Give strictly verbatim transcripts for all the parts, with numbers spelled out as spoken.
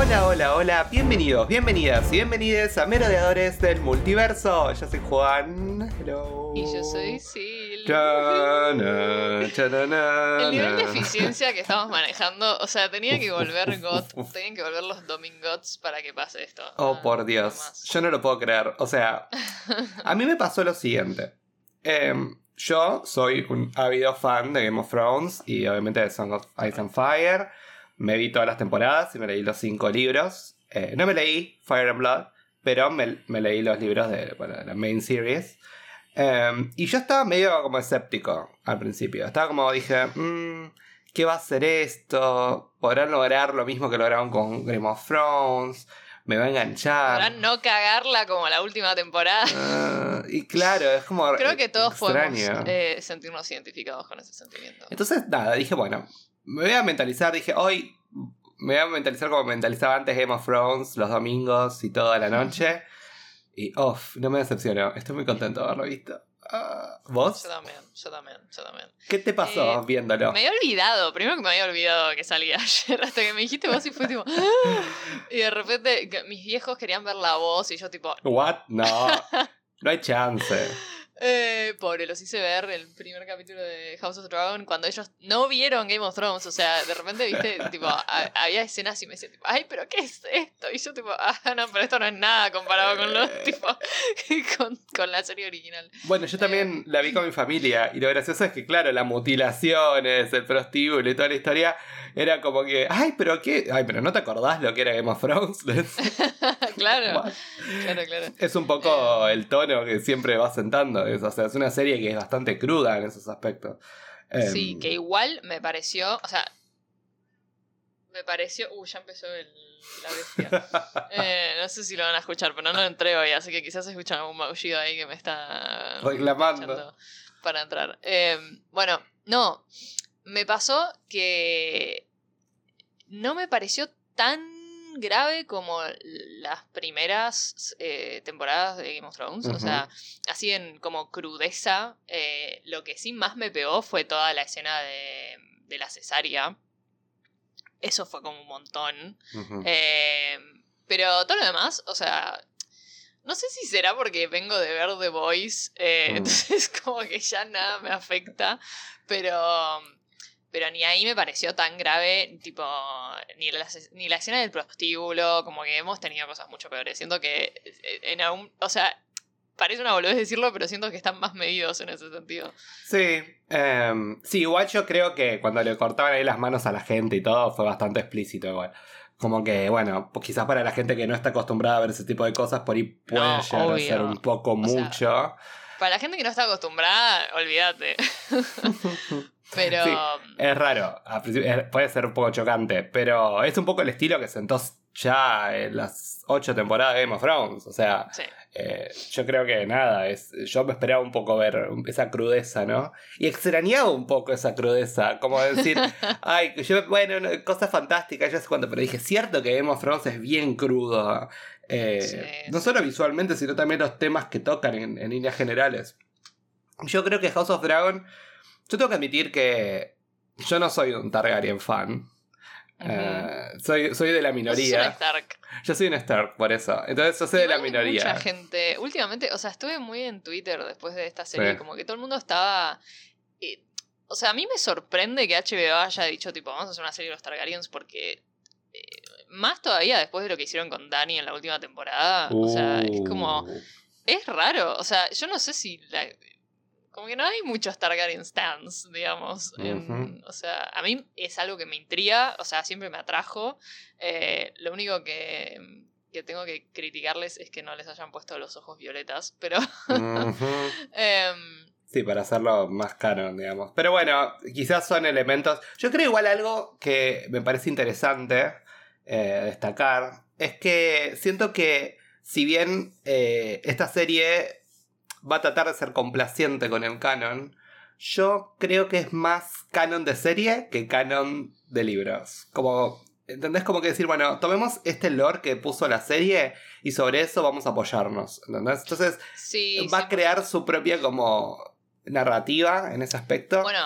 Hola, hola, hola, bienvenidos, bienvenidas y bienvenides a Merodeadores del Multiverso. Yo soy Juan. Hello. Y yo soy Sil. Chana, chanana. El nivel de eficiencia que estamos manejando, o sea, tenía que volver God, tenían que volver los Domingots para que pase esto. Oh, Ah, por Dios, yo no lo puedo creer. O sea, a mí me pasó lo siguiente. Eh, yo soy un ávido fan de Game of Thrones y obviamente de Song of Ice and Fire. Me vi todas las temporadas y me leí los cinco libros. Eh, no me leí Fire and Blood, pero me, me leí los libros de, bueno, de la main series. Um, y yo estaba medio como escéptico al principio. Estaba como, dije, mmm, ¿qué va a ser esto? ¿Podrán lograr lo mismo que lograron con Game of Thrones? ¿Me va a enganchar? ¿Podrán no cagarla como la última temporada? Uh, y claro, es como Creo que todos extraño. podemos eh, sentirnos identificados con ese sentimiento. Entonces, nada, dije, bueno, me voy a mentalizar. Dije, hoy me voy a mentalizar como mentalizaba antes Game of Thrones, los domingos y toda la noche. Y, uff, no me decepcionó. Estoy muy contento de haberlo visto. Uh, ¿Vos? Yo también, yo también, yo también. ¿Qué te pasó eh, viéndolo? Me había olvidado, primero que me había olvidado que salía ayer, hasta que me dijiste vos y fue tipo... Y de repente que mis viejos querían ver la voz y yo tipo... ¿What? No, no hay chance. Eh, pobre, los hice ver el primer capítulo de House of Dragon cuando ellos no vieron Game of Thrones. O sea, de repente, viste, tipo, a, había escenas y me decían, tipo, ay, pero ¿qué es esto? Y yo, tipo, ah, no, pero esto no es nada comparado con los, tipo, con, con la serie original. Bueno, yo también eh, la vi con mi familia. Y lo gracioso es que, claro, las mutilaciones, el prostíbulo y toda la historia era como que, ay, pero ¿qué? Ay, pero ¿no te acordás lo que era Game of Thrones? Claro, claro, claro. Es un poco eh, el tono que siempre va sentando. Es, o sea, es una serie que es bastante cruda en esos aspectos. Sí, um, que igual me pareció, o sea, me pareció, uh, ya empezó el, la bestia. eh, no sé si lo van a escuchar, pero no lo entré hoy, así que quizás escuchan algún maullido ahí que me está reclamando para entrar. Eh, bueno, no, me pasó que no me pareció tan grave como las primeras eh, temporadas de Game of Thrones. Uh-huh. O sea, así en como crudeza. Eh, lo que sí más me pegó fue toda la escena de, de la cesárea. Eso fue como un montón. Uh-huh. Eh, pero todo lo demás, o sea, no sé si será porque vengo de ver The Boys. Eh, uh-huh. Entonces como que ya nada me afecta. Pero... Pero ni ahí me pareció tan grave, tipo, ni la, ni la escena del prostíbulo, como que hemos tenido cosas mucho peores. Siento que, en algún, o sea, parece una boludez decirlo, pero siento que están más medidos en ese sentido. Sí, um, sí, igual yo creo que cuando le cortaban ahí las manos a la gente y todo, fue bastante explícito igual. Como que, bueno, pues quizás para la gente que no está acostumbrada a ver ese tipo de cosas, por ahí puede no, llegar obvio. a ser un poco o mucho. Sea, para la gente que no está acostumbrada, olvídate. Pero... Sí, es raro, puede ser un poco chocante, pero es un poco el estilo que sentó ya en las ocho temporadas de Game of Thrones. O sea, sí. eh, yo creo que nada, es, yo me esperaba un poco ver esa crudeza, ¿no? Y extrañaba un poco esa crudeza, como decir, ay, yo, bueno, cosas fantásticas, yo sé cuánto, pero dije, cierto que Game of Thrones es bien crudo, eh, sí, no sí. solo visualmente, sino también los temas que tocan en, en líneas generales. Yo creo que House of Dragon... Yo tengo que admitir que yo no soy un Targaryen fan. Uh-huh. uh, soy, soy de la minoría. Yo soy un Stark. Yo soy un Stark, por eso. Entonces yo soy Igual de la minoría. Mucha gente, últimamente, o sea, estuve muy en Twitter después de esta serie, sí. Como que todo el mundo estaba... Eh, o sea, a mí me sorprende que H B O haya dicho, tipo, vamos a hacer una serie de los Targaryens porque... Eh, más todavía después de lo que hicieron con Dany en la última temporada. Uh. O sea, es como... Es raro. O sea, yo no sé si... La, Como que no hay muchos Targaryen stands, digamos. Uh-huh. En, o sea, a mí es algo que me intriga, o sea, siempre me atrajo. Eh, lo único que, que tengo que criticarles es que no les hayan puesto los ojos violetas, pero... Uh-huh. eh, sí, para hacerlo más canon, digamos. Pero bueno, quizás son elementos... Yo creo igual algo que me parece interesante eh, destacar, es que siento que si bien eh, esta serie... va a tratar de ser complaciente con el canon, yo creo que es más canon de serie que canon de libros. Como, ¿entendés? Como que decir, bueno, tomemos este lore que puso la serie y sobre eso vamos a apoyarnos, ¿entendés? Entonces sí, va sí, a crear su propia como narrativa en ese aspecto. Bueno,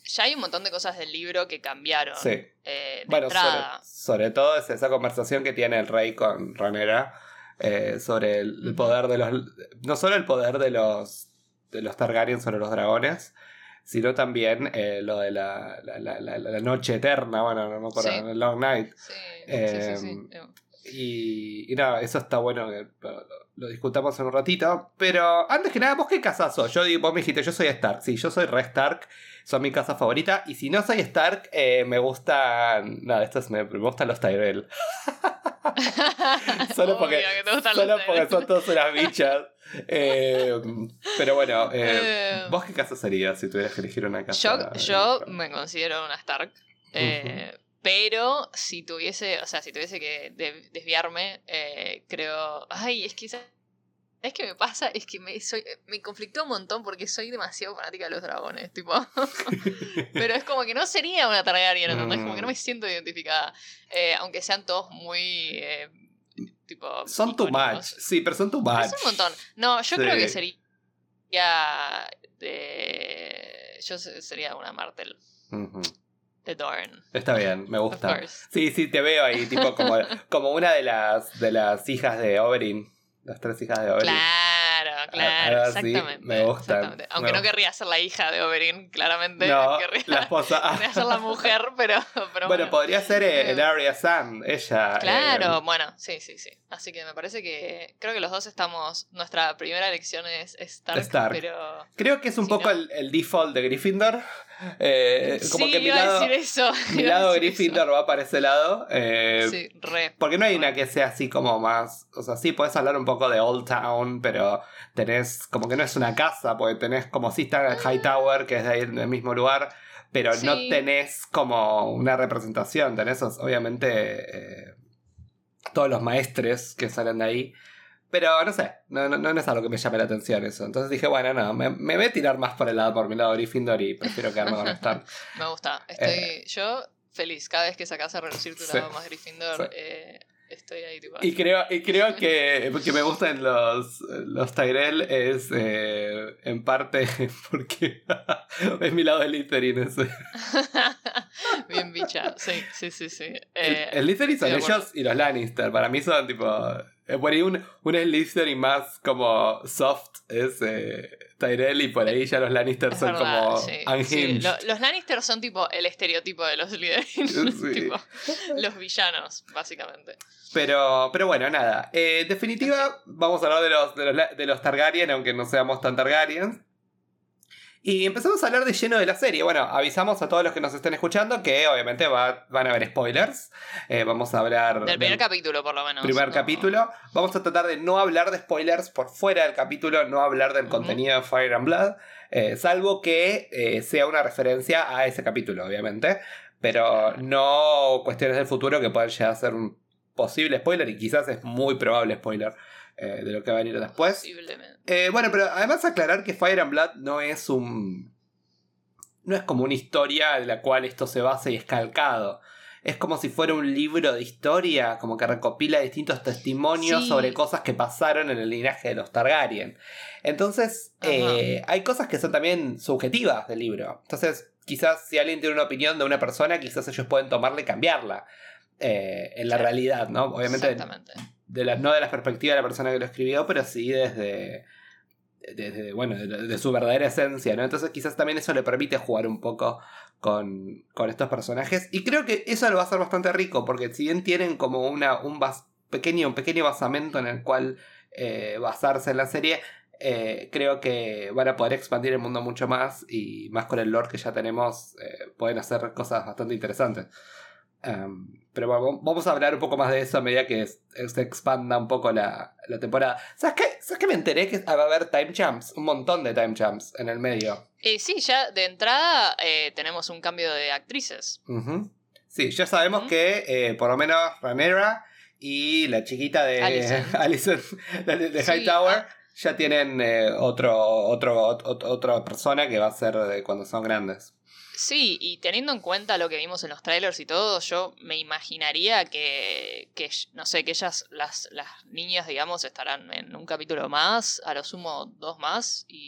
ya hay un montón de cosas del libro que cambiaron. Sí. Eh, de bueno, entrada. sobre, sobre todo es esa conversación que tiene el rey con Rhaenyra eh, sobre el, el poder de los... No solo el poder de los, de los Targaryen sobre los dragones, sino también eh, lo de la, la, la, la, la noche eterna, bueno, no me acuerdo, Sí. el Long Night. Sí, Eh, sí, sí, sí. Y, y nada, eso está bueno que lo, lo discutamos en un ratito. Pero antes que nada, ¿vos qué casa sos? Yo digo, vos me dijiste, yo soy Stark. Sí, yo soy re Stark. Son mi casa favorita. Y si no soy Stark, eh, me gustan. Nada, esto es, me, me gustan los Tyrell. Solo porque, Obvio que te gustan solo los porque Tyrell. son todas unas bichas. Eh, pero bueno, eh, Eh, ¿vos qué casa serías si tuvieras que elegir una casa? Yo, yo me considero una Stark. Eh, Uh-huh. Pero si tuviese, o sea, si tuviese que de- desviarme, eh, creo. Ay, es que. ¿sabes qué me pasa? Es que me, soy, me conflictó un montón porque soy demasiado fanática de los dragones, tipo. Pero es como que no sería una Targaryen, ¿entendés? Como que no me siento identificada. Eh, aunque sean todos muy. Eh, tipo. Son too icónicos. much. Sí, pero son too much. Es un montón. No, yo Sí. creo que sería. De, yo se- sería una Martel. Uh-huh. De Dorne. Está bien, me Of gusta. course. Sí, sí, te veo ahí, tipo como, como una de las, de las hijas de Oberyn. Las tres hijas de Oberyn. Claro, claro, algo así, exactamente. me gustan. exactamente. Aunque Me no querría ser la hija de Oberyn, claramente. No, querría, la esposa. querría ser la mujer, pero, pero bueno, bueno. podría ser eh, el Arya Sun, ella. Claro, eh, bueno, sí, sí, sí. Así que me parece que creo que los dos estamos. Nuestra primera elección es Stark, Stark. pero. Creo que es un Si poco no- el, el default de Gryffindor. Eh, como sí, que mi iba lado, a decir eso. mi iba a lado decir Gryffindor va para ese lado. eh, eso. Sí, re. Porque no hay una que sea así como más. O sea, sí podés hablar un poco de Old Town, pero tenés como que no es una casa, porque tenés como si está el Hightower, que es de ahí del mismo lugar, pero Sí. no tenés como una representación. Tenés obviamente eh, todos los maestres que salen de ahí. Pero no sé, no, no, no es algo que me llame la atención eso. Entonces dije, bueno, no, me, me voy a tirar más por el lado, por mi lado Gryffindor y prefiero quedarme con Stark. Me gusta. Estoy yo feliz. Cada vez que sacas a relucir tu Sí, lado más Gryffindor, sí. eh, estoy ahí tipo. Y creo, y creo que, que me gustan los, los Tyrell es eh, en parte porque es mi lado de Slytherin ese. Bien bicha. Sí, sí, sí, sí. El, Eh, el Slytherin son estoy de acuerdo. ellos y los Lannister. Para mí son tipo. eh, por ahí un, un Slytherin más como soft es eh, Tyrell, y por ahí ya los Lannister Es son verdad, como sí, unhinged. sí. Lo- los Lannister son tipo el estereotipo de los Slytherin. Sí. Tipo, los villanos, básicamente. Pero, pero bueno, nada. Eh, en definitiva, vamos a hablar de los, de, los, la- de los Targaryen, aunque no seamos tan Targaryens. Y empezamos a hablar de lleno de la serie. Bueno, avisamos a todos los que nos estén escuchando que obviamente va, van a haber spoilers. Eh, vamos a hablar Del primer capítulo, por lo menos. primer No. capítulo. Vamos a tratar de no hablar de spoilers por fuera del capítulo, no hablar del Ujú. contenido de Fire and Blood, eh, salvo que eh, sea una referencia a ese capítulo, obviamente. Pero no cuestiones del futuro que puedan llegar a ser un posible spoiler, y quizás es muy probable spoiler eh, de lo que va a venir después. Posiblemente. Eh, bueno, pero además aclarar que Fire and Blood no es un... No es como una historia de la cual esto se basa y es calcado. Es como si fuera un libro de historia, como que recopila distintos testimonios Sí. sobre cosas que pasaron en el linaje de los Targaryen. Entonces, eh, hay cosas que son también subjetivas del libro. Entonces, quizás si alguien tiene una opinión de una persona, quizás ellos pueden tomarla y cambiarla. Eh, en la Claro. realidad, ¿no? Obviamente, Exactamente. de la, no de la perspectiva de la persona que lo escribió, pero sí desde, desde bueno, de, de su verdadera esencia, ¿no? Entonces quizás también eso le permite jugar un poco con, con estos personajes. Y creo que eso lo va a ser bastante rico, porque si bien tienen como una, un bas, pequeño, un pequeño basamento en el cual eh, basarse en la serie, eh, creo que van a poder expandir el mundo mucho más, y más con el lore que ya tenemos, eh, pueden hacer cosas bastante interesantes. Um, pero bueno, vamos a hablar un poco más de eso a medida que se expanda un poco la, la temporada. ¿Sabes qué? ¿Sabes qué? Me enteré que va a haber time jumps, un montón de time jumps en el medio. Eh, sí, ya de entrada eh, tenemos un cambio de actrices. Uh-huh. Sí, ya sabemos Uh-huh. que eh, por lo menos Rhaenyra y la chiquita de Alicent. Alicent, la de, de Sí, Hightower, ah. ya tienen eh, otro, otro, otro, otra persona que va a ser de cuando son grandes. Sí, y teniendo en cuenta lo que vimos en los trailers y todo, yo me imaginaría que, que no sé, que ellas, las, las niñas, digamos, estarán en un capítulo más, a lo sumo dos más, y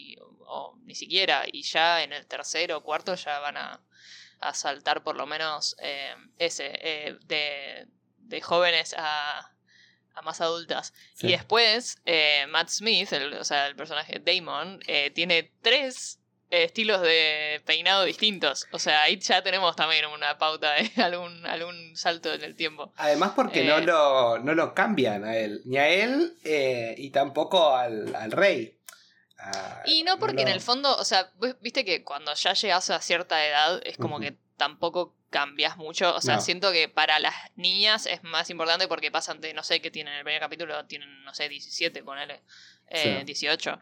o ni siquiera, y ya en el tercero o cuarto ya van a, a saltar por lo menos eh, ese, eh, de, de jóvenes a, a más adultas. Sí. Y después, eh, Matt Smith, el, o sea, el personaje Damon, eh, tiene tres estilos de peinado distintos. O sea, ahí ya tenemos también una pauta de algún, algún salto en el tiempo. Además porque eh, no, lo, no lo cambian a él. Ni a él eh, y tampoco al, al rey. Uh, y no porque no. En el fondo, o sea, viste que cuando ya llegas a cierta edad es como uh-huh. que tampoco cambias mucho. O sea, no. siento que para las niñas es más importante porque pasan de, no sé, que tienen en el primer capítulo, tienen, no sé, diecisiete, ponele, eh, sí. dieciocho.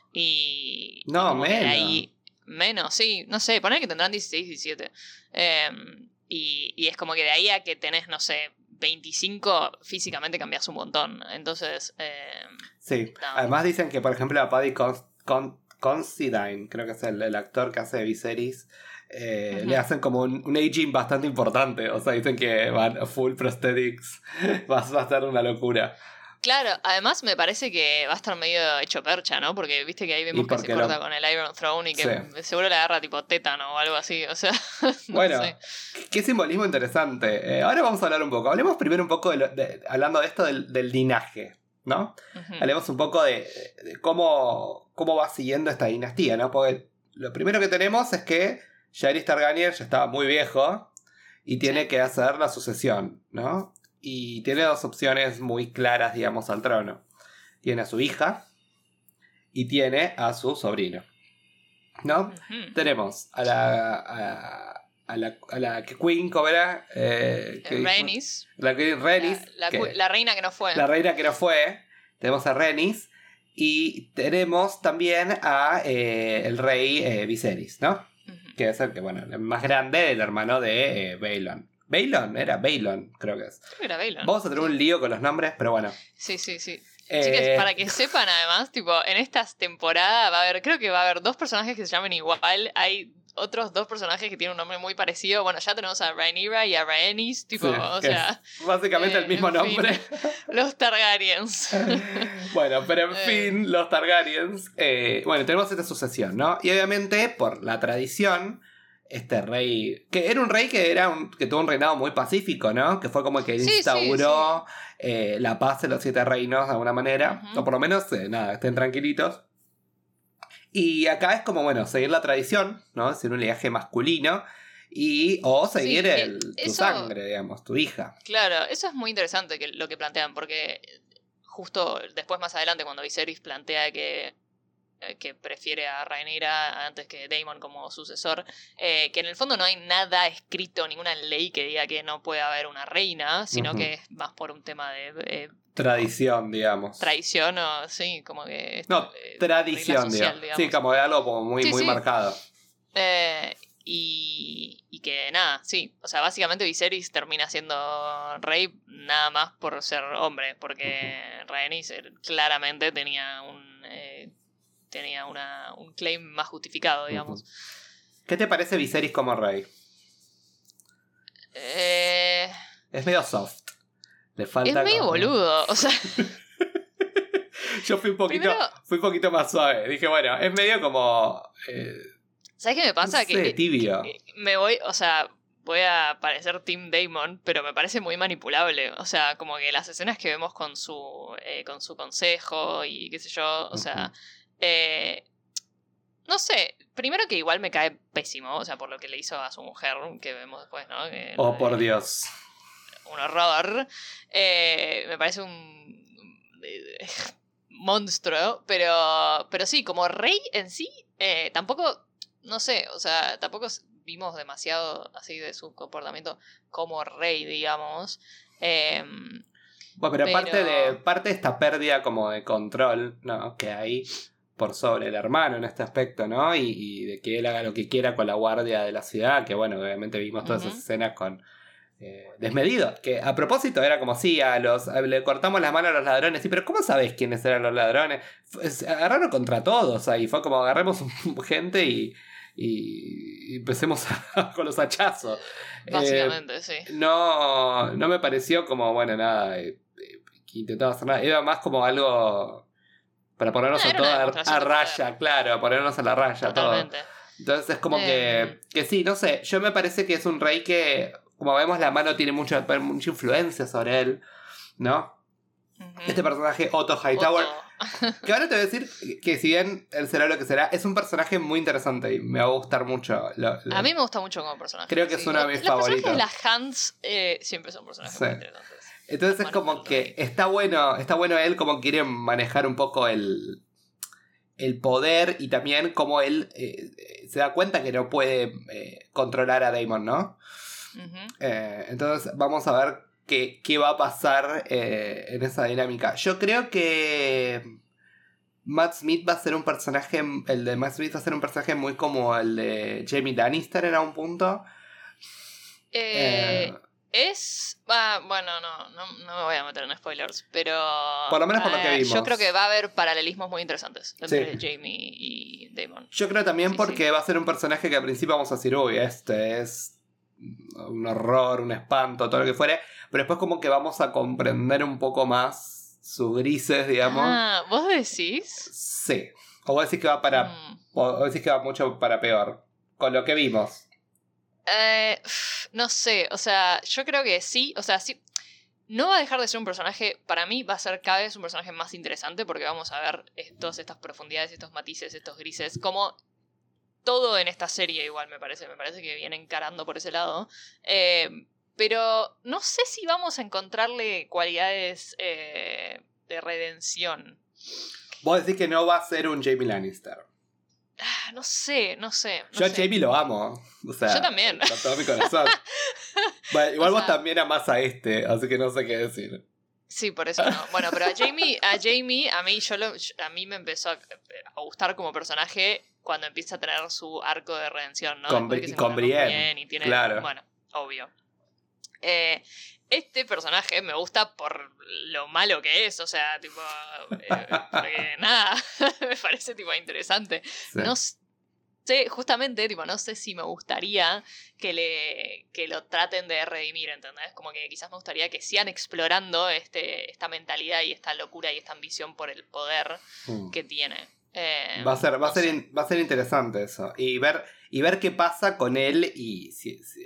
Y... No, y menos. Ahí, menos, sí, no sé, ponele que tendrán dieciséis, diecisiete. Eh, y, y es como que de ahí a que tenés, no sé, veinticinco, físicamente cambias un montón. Entonces... Eh, sí, no. Además dicen que, por ejemplo, a Paddy Const- Con- Considine, creo que es el, el actor que hace de Viserys, eh, uh-huh. le hacen como un, un aging bastante importante. O sea, dicen que van full prosthetics. va, va a ser una locura. Claro, además me parece que va a estar medio hecho percha, ¿no? Porque viste que ahí vemos que se corta lo... con el Iron Throne y que sí. seguro le agarra tipo tétano o algo así, o sea, no bueno, sé. Qué simbolismo interesante. Eh, ahora vamos a hablar un poco, hablemos primero un poco, de, lo, de hablando de esto del, del linaje, ¿no? Uh-huh. Hablemos un poco de, de cómo, cómo va siguiendo esta dinastía, ¿no? Porque lo primero que tenemos es que Jaehaerys Targaryen ya estaba muy viejo y tiene sí. que hacer la sucesión, ¿no? Y tiene dos opciones muy claras, digamos, al trono. Tiene a su hija y tiene a su sobrino, ¿no? Uh-huh. Tenemos a la, a, a la, a la Queen, ¿cómo era? Eh, Rhaenys. La Queen Rhaenys. La, la, que, la reina que no fue. La reina que no fue. Tenemos a Rhaenys. Y tenemos también a eh, el rey eh, Viserys, ¿no? Uh-huh. Que es el que, bueno, el más grande, el hermano de eh, Baelon. Baelon, era Baelon, creo que es. Creo que era Baelon. Vamos a tener un lío con los nombres, pero bueno. Sí, sí, sí. Eh... Chicas, para que sepan además, tipo, en estas temporadas va a haber, creo que va a haber dos personajes que se llamen igual. Hay otros dos personajes que tienen un nombre muy parecido. Bueno, ya tenemos a Rhaenyra y a Rhaenys, tipo, sí, o sea... básicamente eh, el mismo nombre. Fin, los Targaryens. Bueno, pero en eh. fin, los Targaryens. Eh, bueno, tenemos esta sucesión, ¿no? Y obviamente, por la tradición... Este rey, que era un rey que era un, que tuvo un reinado muy pacífico, ¿no? Que fue como que sí, instauró sí, sí. Eh, la paz en los siete reinos de alguna manera. Uh-huh. O por lo menos, eh, nada, estén tranquilitos. Y acá es como, bueno, seguir la tradición, ¿no? Ser un linaje masculino. Y, o seguir sí, el, tu eso, sangre, digamos, tu hija. Claro, eso es muy interesante que, lo que plantean, porque justo después, más adelante, cuando Viserys plantea que que prefiere a Rhaenyra antes que Daemon como sucesor, eh, que en el fondo no hay nada escrito, ninguna ley que diga que no puede haber una reina, sino uh-huh. que es más por un tema de... Eh, tradición, digamos. Tradición o sí, como que... No, eh, tradición, social, digamos. Sí, como de algo como muy, sí, muy sí. marcado. Eh, y, y que nada, sí, o sea, básicamente Viserys termina siendo rey nada más por ser hombre, porque uh-huh. Rhaenys claramente tenía un... Eh, tenía una, un claim más justificado, digamos. ¿Qué te parece Viserys como rey? Eh... Es medio soft. Le falta es medio como... boludo, o sea... Yo fui un poquito Primero... fui un poquito más suave. Dije, bueno, es medio como... Eh... ¿Sabes qué me pasa? No sé, que tibio. Que me voy, o sea... Voy a parecer Team Daemon, pero me parece muy manipulable. O sea, como que las escenas que vemos con su, eh, con su consejo y qué sé yo, o uh-huh. sea... Eh, no sé, primero que igual me cae pésimo, o sea, por lo que le hizo a su mujer, que vemos después, ¿no? Que, oh, eh, por Dios. Un horror. Eh, me parece un eh, monstruo, pero, pero sí, como rey en sí, eh, tampoco, no sé, o sea, tampoco vimos demasiado así de su comportamiento como rey, digamos. Eh, bueno, pero, pero... parte de parte de esta pérdida como de control, ¿no? Que hay por sobre el hermano en este aspecto, ¿no? Y, y de que él haga lo que quiera con la guardia de la ciudad, que bueno, obviamente vimos todas uh-huh. esas escenas con eh, desmedido, que a propósito era como si a los a, le cortamos las manos a los ladrones, sí, pero ¿cómo sabés quiénes eran los ladrones? Fue, agarraron contra todos ahí, fue como agarremos gente y, y, y empecemos a, con los hachazos. Básicamente, eh, sí. No, no me pareció como, bueno, nada, eh, que intentaba hacer nada, era más como algo... Para ponernos Ah, a era todo una a, demostración a de raya, poder. claro, a ponernos a la raya, Totalmente. todo. Entonces es como Eh, que, que sí, no sé, yo me parece que es un rey que, como vemos, la mano tiene mucha, mucha influencia sobre él, ¿no? ujú. Este personaje, Otto Hightower, Otto. que ahora te voy a decir que si bien él será lo que será, es un personaje muy interesante y me va a gustar mucho. Lo- lo- A mí me gusta mucho como personaje. Creo que es sí. uno de O- mis Los personajes favoritos. de las Hans eh, siempre son personajes Sí. muy interesantes. Entonces Las es como manos del que rey. está bueno, está bueno él como quiere manejar un poco el, el poder y también como él eh, eh, se da cuenta que no puede eh, controlar a Daemon, ¿no? Ujú. Eh, entonces vamos a ver qué, qué va a pasar eh, en esa dinámica. Yo creo que Matt Smith va a ser un personaje, el de Matt Smith va a ser un personaje muy como el de Jaime Lannister en algún punto. Eh, Eh, es. Ah, bueno, no, no, no me voy a meter en spoilers, pero. Por lo menos por lo que eh, vimos. Yo creo que va a haber paralelismos muy interesantes entre Sí. Jamie y Daemon. Yo creo también Sí, porque sí. va a ser un personaje que al principio vamos a decir, uy, este es un horror, un espanto, todo lo que fuere. Pero después como que vamos a comprender un poco más sus grises, digamos. Ah, ¿vos decís? Sí. O vos decís que va para. Mm. O vos decís que va mucho para peor. Con lo que vimos. Eh, uf, no sé, o sea, yo creo que sí, o sea, sí. No va a dejar de ser un personaje, para mí va a ser cada vez un personaje más interesante porque vamos a ver eh, todas estas profundidades, estos matices, estos grises, como todo en esta serie igual me parece, me parece que viene encarando por ese lado. Eh, pero no sé si vamos a encontrarle cualidades eh, de redención. Vos decís que no va a ser un Jaime Lannister. Ah, no sé, no sé. no Yo a sé. Jaime lo amo. O sea, Yo también. con todo mi corazón. Bueno, igual O vos sea- también amás a este, así que no sé qué decir. Sí, por eso no. Bueno, pero a Jamie, a Jamie, a mí, yo lo, a mí me empezó a, a gustar como personaje cuando empieza a tener su arco de redención, ¿no? Con Después Bri- que se y con encuentra con Brienne, y tiene, claro. bueno, obvio. Eh, este personaje me gusta por lo malo que es, o sea, tipo, eh, porque nada, me parece tipo interesante. Sí. No sé, justamente, tipo, no sé si me gustaría que le que lo traten de redimir, ¿entendés? Como que quizás me gustaría que sigan explorando este, esta mentalidad y esta locura y esta ambición por el poder Mm. que tiene. Eh, Va a ser, va a no ser, sé. in- va a ser interesante eso. Y ver, y ver qué pasa con él y si, si-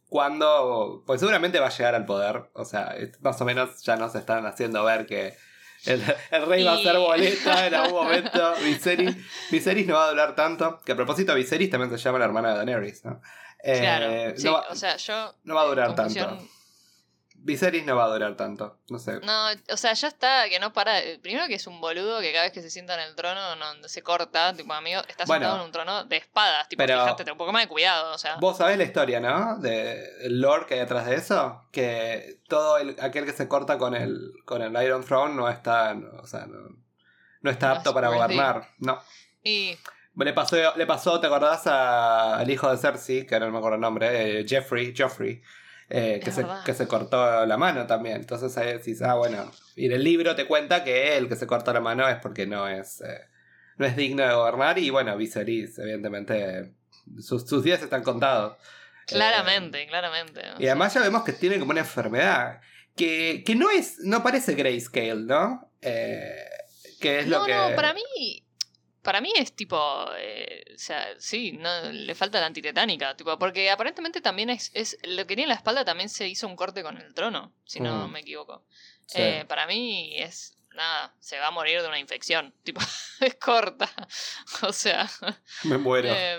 cuándo. Pues seguramente va a llegar al poder. O sea, es- más o menos ya nos están haciendo ver que el, el rey va a Y- ser boleta en algún momento. Viserys, Viserys no va a durar tanto. Que a propósito, Viserys también se llama la hermana de Daenerys, ¿no? Eh, Claro, sí, no, va, o sea, yo... no va a durar confusión- tanto. Viserys no va a durar tanto. No sé. No, o sea, ya está, que no para. Primero que es un boludo que cada vez que se sienta en el trono no, se corta. Tipo, amigo, estás Bueno, sentado en un trono de espadas. Tipo, pero- fíjate, ten un poco más de cuidado, o sea. Vos sabés la historia, ¿no? De el lore que hay detrás de eso. Que todo el, aquel que se corta con el, con el Iron Throne no está, no, o sea, no, no está No apto es para worthy. gobernar. No. Y. Le pasó, le pasó, ¿te acordás a- al hijo de Cersei? Que ahora no me acuerdo el nombre, eh, Jeffrey, Joffrey. eh, que, Es se, verdad. que se cortó la mano también. Entonces ahí decís, ah, bueno. Y en el libro te cuenta que el que se corta la mano es porque no es, eh, no es digno de gobernar. Y bueno, Viserys, evidentemente, sus, sus días están contados. Claramente, Eh, claramente. o y además sea. ya vemos que tiene como una enfermedad. Que, que no es. No parece grayscale, ¿no? Eh, que es No, lo que. no, para mí. Para mí es tipo. eh, o sea, sí, no, le falta la antitetánica. Tipo, porque aparentemente también es, es. Lo que tiene en la espalda también se hizo un corte con el trono, si no Mm. me equivoco. Sí. Eh, para mí es. Nada, se va a morir de una infección. Tipo, es corta. O sea. Me muero. eh,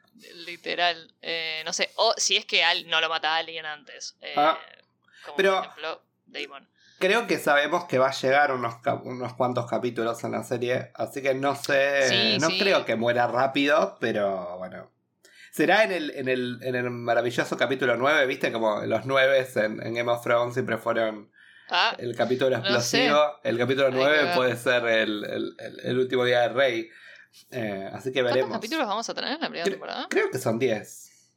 literal. Eh, no sé. O si es que al, no lo mata a alguien antes. Eh, Ah, como pero- por ejemplo, Daemon. Creo que sabemos que va a llegar unos, cap- unos cuantos capítulos en la serie. Así que no sé. Sí, no sí. creo que muera rápido, pero bueno. Será en el, en el, en el maravilloso capítulo nueve, ¿viste? Como los nueve en, en Game of Thrones siempre fueron Ah, el capítulo no explosivo. El capítulo Hay que nueve ver. puede ser el, el, el- el último día del rey. Eh, así que ¿cuántos veremos. capítulos vamos a tener en la primera Cre- temporada? Creo que son diez.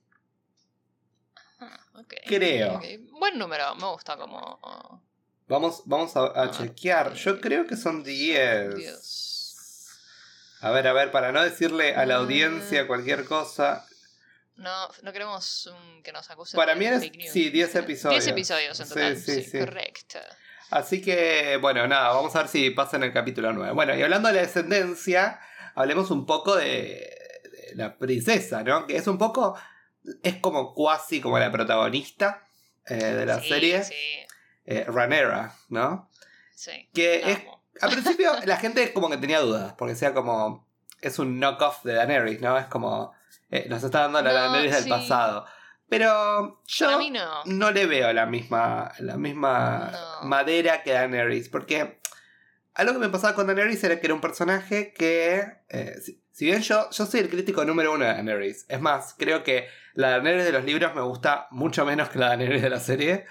Ah, ok. Creo. Ok, ok. Buen número, me gusta como. Vamos, vamos a, a Ah, chequear. Yo eh, creo que son diez. Dios. A ver, a ver, para no decirle a la Ah. audiencia cualquier cosa. No, no queremos um, que nos acusen Para de mí es- fake news. sí, diez episodios. diez episodios en Sí, total. sí, Sí, sí. correcto. Así que, bueno, nada, vamos a ver si pasa en el capítulo nueve. Bueno, y hablando de la descendencia, hablemos un poco de, de la princesa, ¿no? Que es un poco, es como cuasi como la protagonista eh, de la sí, serie. Sí. Eh, Rhaenyra, ¿no? Sí. Que es, amo. al principio la gente como que tenía dudas, porque sea como, es un knock-off de Daenerys, ¿no? Es como, eh, nos está dando la No, Daenerys del sí. pasado. Pero yo Para mí no. no le veo la misma, la misma No. madera que Daenerys, porque algo que me pasaba con Daenerys era que era un personaje que, eh, si, si bien yo, yo soy el crítico número uno de Daenerys, es más, creo que la Daenerys de los libros me gusta mucho menos que la Daenerys de la serie.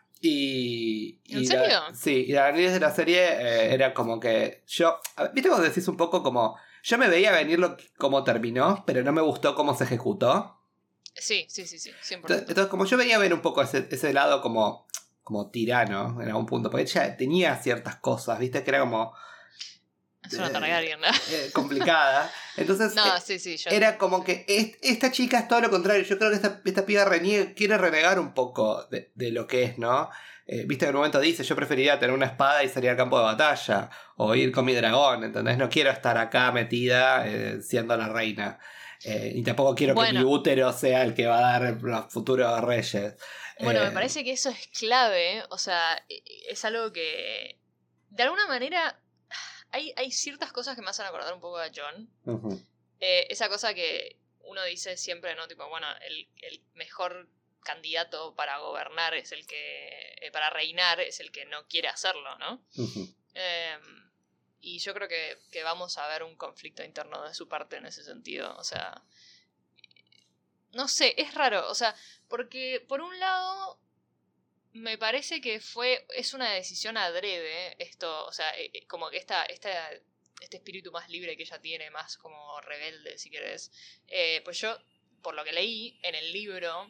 Y, y ¿En serio? La, sí, y la Daenerys de la serie eh, era como que yo, viste cuando decís un poco como, yo me veía venir lo, cómo terminó, pero no me gustó cómo se ejecutó. Sí, sí, sí, sí, cien por ciento. Entonces, entonces, como yo veía ver un poco ese, ese lado como, como tirano en algún punto, porque ella tenía ciertas cosas, viste, que era como... Es una eh, Targaryen, ¿no? eh, complicada. Entonces, No, eh, sí, sí. Yo, era como sí. que es, esta chica es todo lo contrario. Yo creo que esta, esta piba reniegue, quiere renegar un poco de, de lo que es, ¿no? Eh, viste que en un momento dice, yo preferiría tener una espada y salir al campo de batalla, o ir con mi dragón, ¿entendés? No quiero estar acá metida eh, siendo la reina. Eh, y tampoco quiero Bueno. que mi útero sea el que va a dar los futuros reyes. Bueno, eh, me parece que eso es clave. O sea, es algo que... De alguna manera... Hay, hay ciertas cosas que me hacen acordar un poco a Jon. uh-huh. Eh, esa cosa que uno dice siempre, ¿no? Tipo, bueno, el, el mejor candidato para gobernar es el que... Eh, para reinar es el que no quiere hacerlo, ¿no? Uh-huh. Eh, y yo creo que, que vamos a ver un conflicto interno de su parte en ese sentido. O sea... No sé, es raro. O sea, porque por un lado... Me parece que fue es una decisión adrede esto, o sea, eh, como que esta, esta, este espíritu más libre que ella tiene, más como rebelde, si querés. Eh, pues yo, por lo que leí en el libro,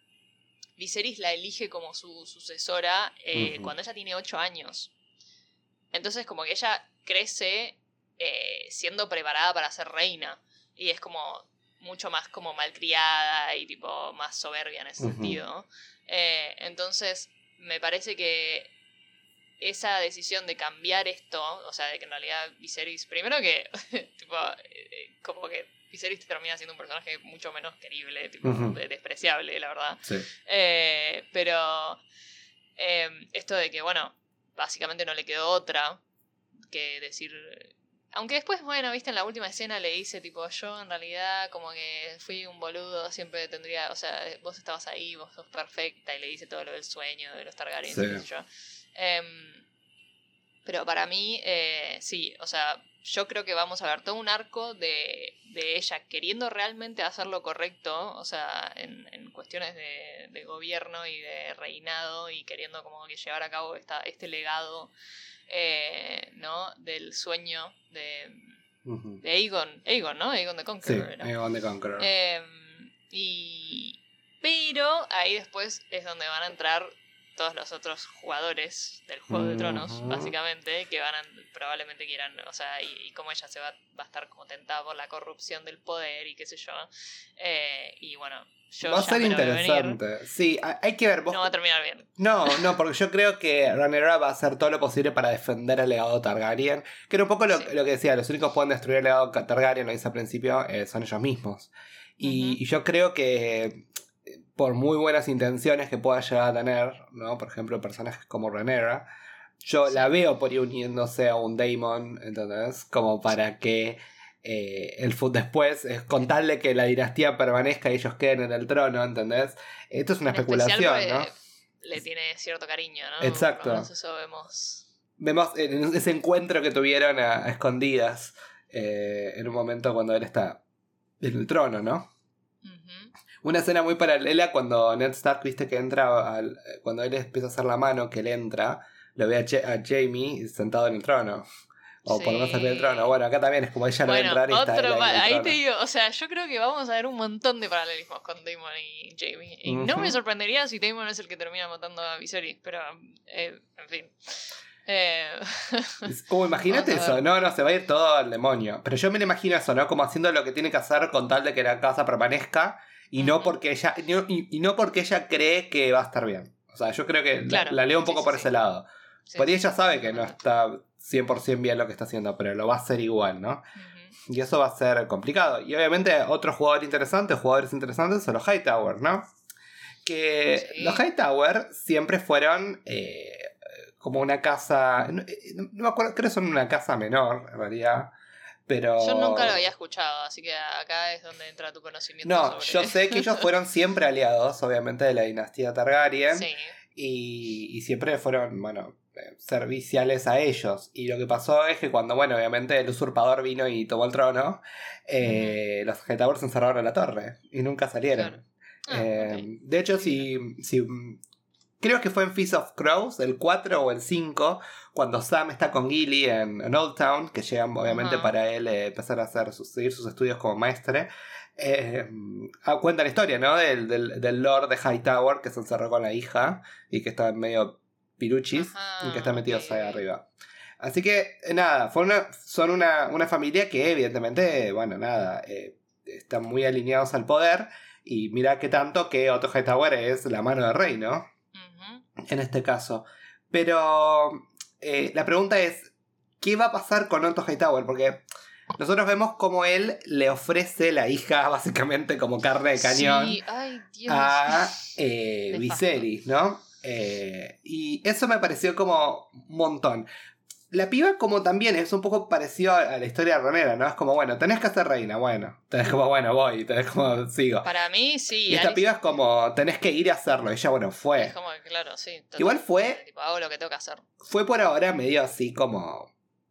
Viserys la elige como su sucesora eh, uh-huh. cuando ella tiene ocho años. Entonces como que ella crece eh, siendo preparada para ser reina. Y es como mucho más como malcriada y tipo más soberbia en ese uh-huh. sentido. Eh, entonces, me parece que esa decisión de cambiar esto, o sea, de que en realidad Viserys, primero que, tipo, eh, como que Viserys termina siendo un personaje mucho menos querible, tipo, uh-huh. despreciable, la verdad. Sí. Eh, pero eh, esto de que, bueno, básicamente no le quedó otra que decir... Aunque después, bueno, viste, en la última escena le dice, tipo, yo en realidad como que fui un boludo, siempre tendría, o sea, vos estabas ahí, vos sos perfecta, y le dice todo lo del sueño de los Targaryen, sí. qué sé yo. Um, pero para mí, eh, sí, o sea, yo creo que vamos a ver todo un arco de, de ella queriendo realmente hacer lo correcto, o sea, en, en cuestiones de, de gobierno y de reinado, y queriendo como que llevar a cabo esta, este legado... Eh, ¿no? Del sueño de, uh-huh. de Aegon, Aegon, ¿no? Aegon the Conqueror. Sí, ¿no? Aegon the Conqueror. Eh, y... Pero ahí después es donde van a entrar todos los otros jugadores del Juego uh-huh. de Tronos, básicamente, que van a, probablemente quieran, o sea, y, y como ella se va, va a estar como tentada por la corrupción del poder y qué sé yo. Eh, y bueno... Yo va a ser interesante. Sí, hay que ver. ¿Vos... No va a terminar bien. No, no, porque yo creo que Rhaenyra va a hacer todo lo posible para defender el legado Targaryen. Que era un poco lo, sí. lo que decía, los únicos que pueden destruir el legado Targaryen, lo dice al principio, eh, son ellos mismos. Y, uh-huh. y yo creo que por muy buenas intenciones que pueda llegar a tener, ¿no? Por ejemplo, personajes como Rhaenyra, yo sí. la veo por ahí uniéndose a un Daemon, ¿entendés? Como para que... Eh, el food después es contarle que la dinastía permanezca y ellos queden en el trono, ¿entendés? Esto es una en especulación, ¿no? Le tiene cierto cariño, ¿no? Exacto. Por eso vemos. Vemos en ese encuentro que tuvieron a, a escondidas eh, en un momento cuando él está en el trono, ¿no? Uh-huh. Una escena muy paralela cuando Ned Stark, viste que entra, al, cuando él empieza a hacer la mano, que él entra, lo ve a, Ch- a Jamie sentado en el trono. O sí. por lo menos arriba del trono. Bueno, acá también es como ella bueno, no va a entrar y otro, está ahí, ahí te digo, o sea, yo creo que vamos a ver un montón de paralelismos con Daemon y Jamie. Y uh-huh. no me sorprendería si Daemon es el que termina matando a Viserys, pero, eh, en fin. Eh... Como imagínate eso, no, no, se va a ir todo al demonio. Pero yo me lo imagino eso, ¿no? Como haciendo lo que tiene que hacer con tal de que la casa permanezca y uh-huh. no porque ella y, y no porque ella cree que va a estar bien. O sea, yo creo que claro. la, la leo un poco sí, sí, por sí. ese lado. sí, Por ahí sí, ella sabe sí, que no totalmente. está cien por ciento bien lo que está haciendo, pero lo va a hacer igual, ¿no? Ujú. Y eso va a ser complicado. Y obviamente otro jugador interesante, jugadores interesantes son los Hightower, ¿no? Que los Sí. Hightower siempre fueron eh, como una casa... No, no me acuerdo, creo que son una casa menor, en realidad. Yo nunca lo Pero... había escuchado, así que acá es donde entra tu conocimiento No, sobre... yo sé que ellos fueron siempre aliados, obviamente, de la dinastía Targaryen. Sí. Y, y siempre fueron, bueno, eh, serviciales a ellos. Y lo que pasó es que cuando, bueno, obviamente el usurpador vino y tomó el trono, eh, Ujú. los Hightower se encerraron en la torre y nunca Claro. salieron. Ah, ok. Eh, de hecho, Ni idea. si, si creo que fue en Feast of Crows, el cuatro o el cinco, cuando Sam está con Gilly en, en Old Town, que llegan obviamente Ajá. para él eh, empezar a hacer sus, seguir sus estudios como maestre. Eh, ah, cuenta la historia, ¿no? Del, del, del Lord de Hightower que se encerró con la hija y que está medio piruchis y que está Ajá, ok, metido ahí ok. arriba. Así que, eh, nada, fue una, son una, una familia que evidentemente, bueno, nada, eh, están muy alineados al poder. Y mira que tanto que Otto Hightower es la mano del rey, ¿no? Ujú. En este caso. Pero eh, la pregunta es, ¿qué va a pasar con Otto Hightower? Porque nosotros vemos como él le ofrece la hija básicamente como carne de cañón Sí, ay, Dios. a eh, Nefasto. Viserys, ¿no? Eh, y eso me pareció como un montón. La piba como también es un poco parecido a la historia de Ronera, ¿no? Es como, bueno, tenés que ser reina, bueno. Tenés como, bueno, voy, tenés como, sigo. Para mí, sí, Y esta Alice piba es como, tenés que ir a hacerlo. Ella, bueno, fue. es como que, claro, sí. Total, Igual fue, tipo, hago lo que tengo que hacer. fue por ahora medio así como,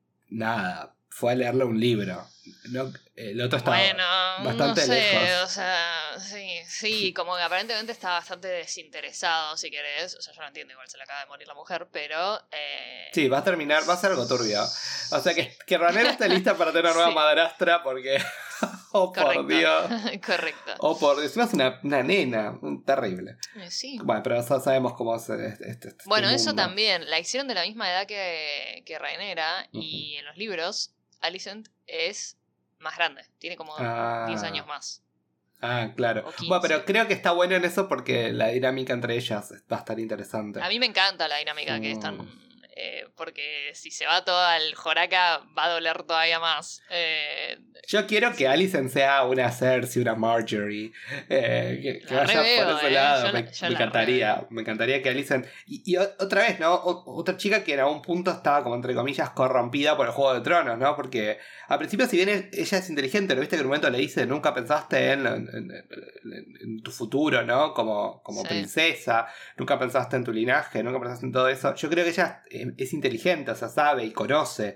nada, fue a leerle un libro. No, el otro estaba Bueno, bastante no sé, lejos. o sea, sí, sí, como que aparentemente está bastante desinteresado, si querés. O sea, yo no entiendo, igual se le acaba de morir la mujer, pero... Eh... Sí, va a terminar, va a ser algo turbio. O sea, que, Sí. que Ranera esté lista para tener una nueva Sí. madrastra porque... oh, por Correcto. Dios. Correcto. Oh, por Dios. Encima es una, una nena, un- terrible. Eh, Sí. Bueno, pero ya sabemos cómo es este, este, este Bueno, eso mundo. también. La hicieron de la misma edad que, que Rhaenyra Ujú. y en los libros Alicent es más grande. Tiene como Ah. diez años más. Ah, claro. O quince. Bueno, pero creo que está bueno en eso porque la dinámica entre ellas va a estar interesante. A mí me encanta la dinámica que están... Mm. eh, porque si se va todo al Joraca va a doler todavía más. Eh, Yo quiero que Alicent sea una Cersei, una Marjorie, eh, que, que La vaya reveo, por ese eh. lado. Yo la- me yo me la encantaría, reveo. me encantaría que Alicent... Y, y o- otra vez, ¿no? O- otra chica que en algún punto estaba como entre comillas corrompida por el Juego de Tronos, ¿no? Porque al principio si bien es- ella es inteligente, lo viste que en un momento le dice, nunca pensaste en, en- en- en- en tu futuro, ¿no? Como, como Sí. princesa, nunca pensaste en tu linaje, nunca pensaste en todo eso. Yo creo que ella es, es inteligente, o sea, sabe y conoce,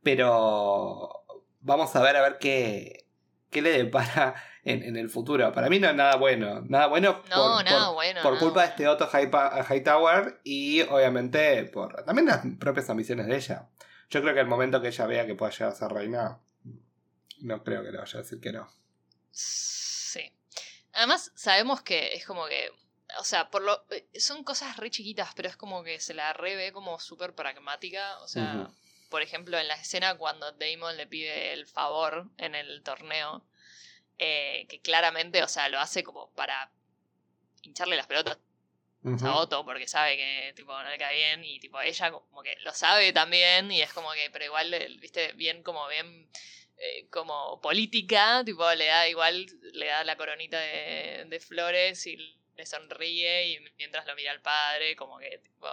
pero vamos a ver a ver qué, qué le depara en, en el futuro. Para mí no es nada bueno, nada bueno No, por, nada por, bueno. por nada culpa de bueno. este Otto Highpa- Hightower y obviamente por también las propias ambiciones de ella. Yo creo que el momento que ella vea que pueda llegar a ser reina, no creo que le vaya a decir que no. Sí. Además, sabemos que es como que. O sea, por lo. Son cosas re chiquitas, pero es como que se la revé como súper pragmática. O sea, Ujú. por ejemplo, en la escena cuando Daemon le pide el favor en el torneo. Eh, que claramente, o sea, lo hace como para hincharle las pelotas Ujú. a Otto, porque sabe que tipo no le cae bien. Y tipo, ella como que lo sabe también. Y es como que, pero igual, viste, bien como bien. Eh, como política, tipo, le da igual, le da la coronita de, de flores y le sonríe y mientras lo mira al padre, como que, tipo...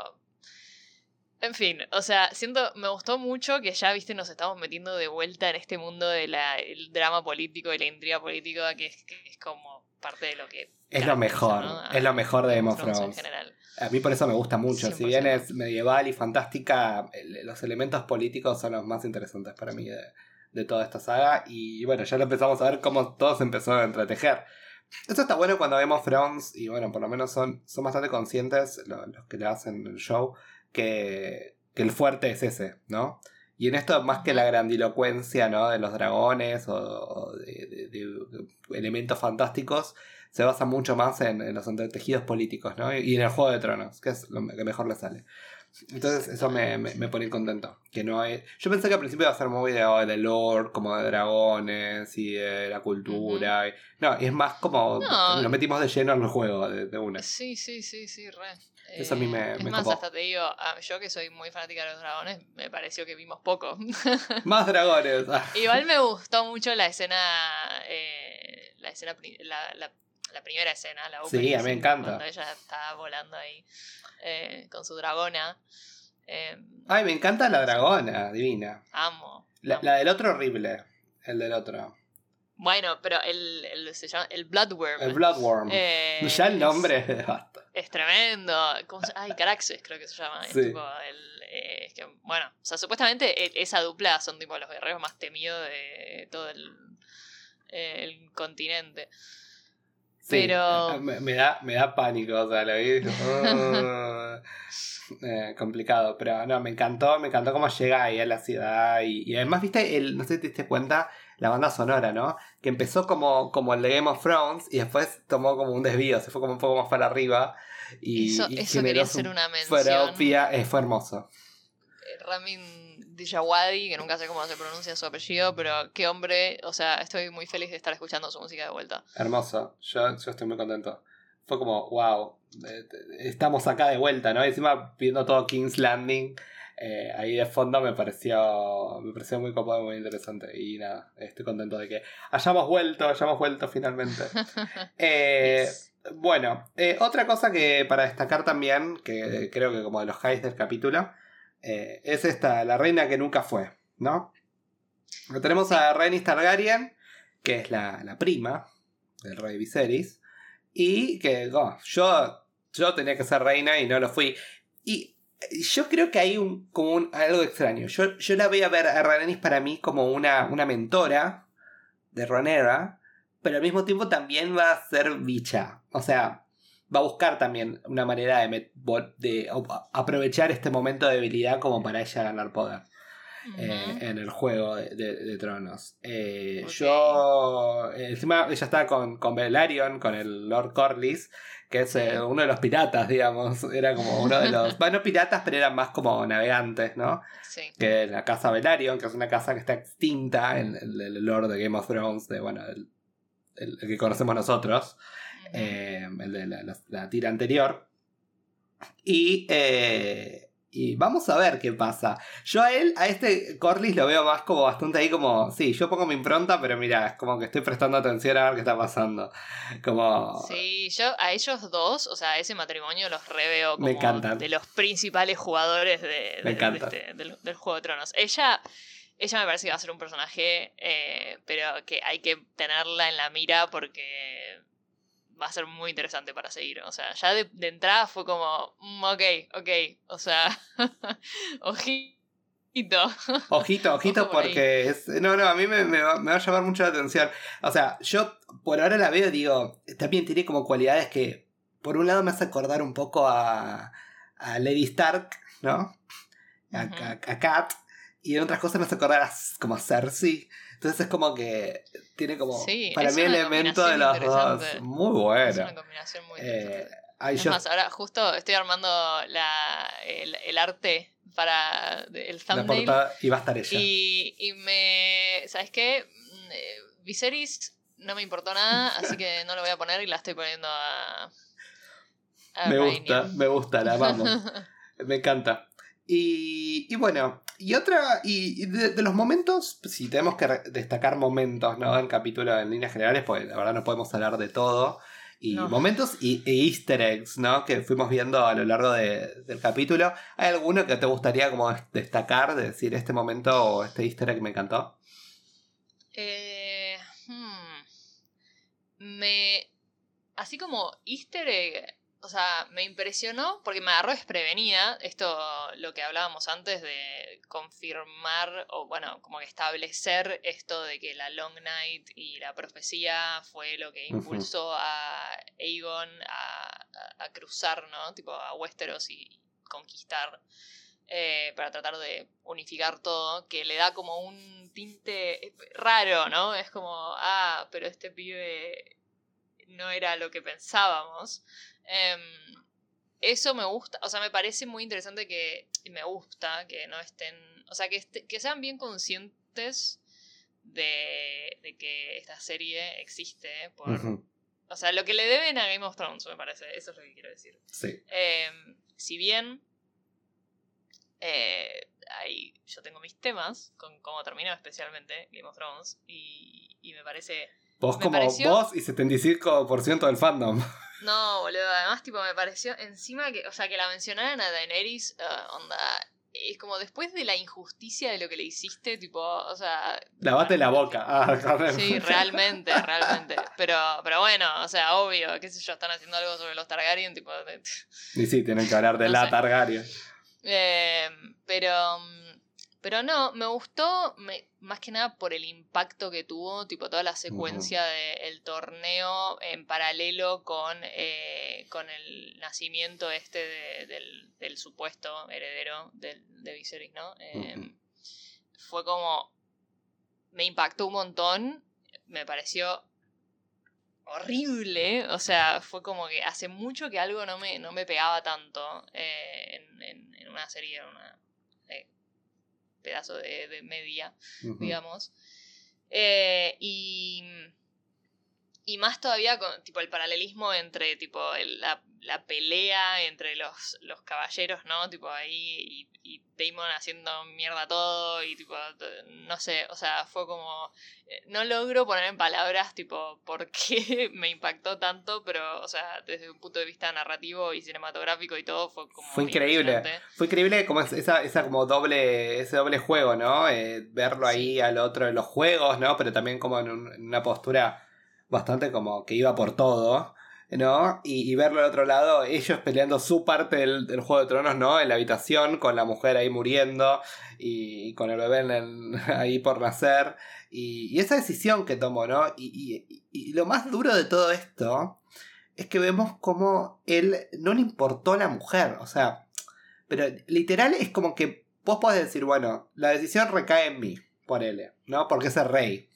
En fin, o sea, siento, me gustó mucho que ya, viste, nos estamos metiendo de vuelta en este mundo del drama político y la intriga política, que es, que es como parte de lo que... Es lo mejor, ¿no? a, es lo mejor de Game of en Thrones. general. A mí por eso me gusta mucho. cien Si por bien ciento. es medieval y fantástica, el- los elementos políticos son los más interesantes para mí de, de toda esta saga. Y bueno, ya lo empezamos a ver cómo todo se empezó a entretejer. Eso está bueno cuando vemos Thrones, y bueno, por lo menos son, son bastante conscientes lo- los que le hacen el show, que, que el fuerte es ese, ¿no? Y en esto, más que Ujú. la grandilocuencia, ¿no? De los dragones o, o de, de- de- de elementos fantásticos, se basa mucho más en, en los entretejidos políticos, ¿no? Y en el Juego de Tronos, que es lo que mejor le sale. Entonces eso me, me, me pone contento. Que no hay... Yo pensé que al principio iba a ser muy de, oh, de lore, como de dragones y de la cultura. Ujú. y... No, y es más como No. nos metimos de lleno en el juego de, de una. Sí, sí, sí, sí, re. Eso a mí me, es me más, copó. hasta te digo, a- yo que soy muy fanática de los dragones, me pareció que vimos poco. Más dragones. Ah. Igual me gustó mucho la escena, eh, la escena, pri- la, la, la primera escena, la Sí, opening a mí me scene, encanta. cuando ella está volando ahí eh, con su dragona. Eh, Ay, me encanta la dragona, divina. amo. La, amo. la del otro horrible. El del otro. Bueno, pero el, el, se llama, el Bloodworm. El Bloodworm. eh, Ya el nombre es, basta. es tremendo. ¿Cómo se, ay, Caraxes creo que se llama. Sí. Es tipo el, eh, es que, bueno, o sea, supuestamente e- esa dupla son tipo los guerreros más temidos de todo el, el continente. Sí, Pero me, me da, me da pánico, o sea, lo vi. oh, eh, complicado, pero no, me encantó, me encantó cómo llega ahí a la ciudad. Y, y además, viste, el, no sé si te diste cuenta, la banda sonora, ¿no? Que empezó como, como el de Game of Thrones y después tomó como un desvío, se fue como un poco más para arriba. Y, eso, y eso generó quería su hacer una mención. propia- eh, fue hermoso. Ramin Djawadi, que nunca sé cómo se pronuncia su apellido, pero qué hombre, o sea, estoy muy feliz de estar escuchando su música de vuelta. Hermoso, yo, yo estoy muy contento. Fue como, wow, eh, estamos acá de vuelta, ¿no? Y encima viendo todo King's Landing, eh, ahí de fondo me pareció, me pareció muy copado y muy interesante. Y nada, estoy contento de que hayamos vuelto, hayamos vuelto finalmente. Eh, Yes. Bueno, eh, otra cosa que para destacar también, que creo que como de los highs del capítulo, eh, es esta, la reina que nunca fue, ¿no? Tenemos a Rhaenys Targaryen, que es la, la prima del rey Viserys, y que oh, yo, yo tenía que ser reina y no lo fui. Y yo creo que hay un, como un, algo extraño. Yo, yo la voy a ver a Rhaenys para mí como una, una mentora de Rhaenyra, pero al mismo tiempo también va a ser bicha. O sea, va a buscar también una manera de, met- de aprovechar este momento de debilidad como para ella ganar poder. Eh, Ujú. en el juego de, de, de Tronos. Eh, Ok. Yo. eh, encima ella está con, con Velaryon, con el Lord Corlys, que es Sí. eh, uno de los piratas, digamos. Era como uno de los. Bueno, no piratas, pero eran más como navegantes, ¿no? Sí. Que la casa Velaryon, que es una casa que está extinta, el, el, el Lord de Game of Thrones, de, bueno, el, el, el que conocemos nosotros, Ujú. eh, el de la, la, la tira anterior. Y. Eh, Y vamos a ver qué pasa. Yo a él, a este Corlys lo veo más como bastante ahí como... Sí, yo pongo mi impronta, pero mira, es como que estoy prestando atención a ver qué está pasando. Como... Sí, yo a ellos dos, o sea, a ese matrimonio los reveo como Me encantan. de los principales jugadores de, Me de- de encanta. este- del, del Juego de Tronos. Ella, ella me parece que va a ser un personaje, eh, pero que hay que tenerla en la mira porque va a ser muy interesante para seguir. O sea, ya de, de entrada fue como, mm, ok, ok, o sea, ojito. Ojito, ojito, Ojo por ahí. porque es... No, no, a mí me, me va, me va a llamar mucho la atención. O sea, yo por ahora la veo y digo... También tiene como cualidades que... Por un lado me hace acordar un poco a... A Lady Stark, ¿no? A, Ujú. a, a Kat. Y en otras cosas me hace acordar a, como a Cersei. Entonces es como que... Tiene como... Sí, para es mí una elemento de combinación los dos. interesante. Muy Es bueno. una combinación muy interesante. Eh, ay, Es yo... más, ahora justo estoy armando la, el, el arte para de- el La thumbnail portada y va a estar ella. y, y me... ¿Sabes qué? Mm, eh, Viserys no me importó nada, así que no lo voy a poner y la estoy poniendo a... a Me Rhaenyra. gusta, me gusta, la amamos. Me encanta. Y, y bueno, y otra, y, y de, de los momentos, si tenemos que re- destacar momentos, ¿no? En capítulo en líneas generales, pues la verdad no podemos hablar de todo. Y No. momentos y, e easter eggs, ¿no? Que fuimos viendo a lo largo de- del capítulo. ¿Hay alguno que te gustaría como destacar, de decir este momento o este easter egg me encantó? Eh, hmm. Me... Así como easter egg, o sea, me impresionó porque me agarró desprevenida esto, lo que hablábamos antes de confirmar, o bueno, como que establecer esto de que la Long Night y la profecía fue lo que impulsó a Aegon a, a, a cruzar, ¿no? Tipo a Westeros y conquistar. Eh, para tratar de unificar todo, que le da como un tinte raro, ¿no? Es como, ah, pero este pibe no era lo que pensábamos. Eh, eso me gusta, o sea, me parece muy interesante que, y me gusta que no estén, o sea, que, este, que sean bien conscientes de, de que esta serie existe por, Uh-huh. O sea, lo que le deben a Game of Thrones, me parece. Eso es lo que quiero decir. Sí. Eh, si bien... Eh, ahí yo tengo mis temas con cómo terminó especialmente Game of Thrones. Y, y me parece... Vos me como pareció... vos y setenta y cinco por ciento del fandom. No, boludo. Además, tipo, me pareció encima que... O sea, que la mencionaran a Daenerys, uh, onda... Es como después de la injusticia de lo que le hiciste, tipo, o sea... Lavate la boca. Ah, sí, realmente, realmente. Pero, pero bueno, o sea, obvio, qué sé yo, están haciendo algo sobre los Targaryen, tipo... De... Y sí, tienen que hablar de no la sé. Targaryen. Eh, pero... Pero no, me gustó me, más que nada por el impacto que tuvo, tipo toda la secuencia uh-huh. del torneo en paralelo con, eh, con el nacimiento este de, del, del supuesto heredero del, de Viserys, ¿no? Eh, uh-huh. Fue como... Me impactó un montón, me pareció horrible, o sea, fue como que hace mucho que algo no me, no me pegaba tanto eh, en, en, en una serie, en una... Eh, pedazo de, de media, uh-huh. digamos. Eh, y, y más todavía con tipo el paralelismo entre tipo el, la, la pelea entre los, los caballeros, ¿no? Tipo ahí y, y Daemon haciendo mierda todo y tipo, no sé, o sea, fue como... No logro poner en palabras tipo por qué me impactó tanto, pero, o sea, desde un punto de vista narrativo y cinematográfico y todo fue como... Fue increíble. Fue increíble como esa, esa como doble, ese doble juego, ¿no? Eh, verlo ahí sí. al otro en los juegos, ¿no? Pero también como en, un, en una postura bastante como que iba por todo, ¿no? Y, y verlo al otro lado, ellos peleando su parte del, del Juego de Tronos, ¿no? En la habitación, con la mujer ahí muriendo y, y con el bebé en el, ahí por nacer. Y, y esa decisión que tomó, ¿no? Y, y, y lo más duro de todo esto es que vemos como él no le importó a la mujer, o sea, pero literal es como que vos podés decir, bueno, la decisión recae en mí, por él, ¿no? Porque es el rey.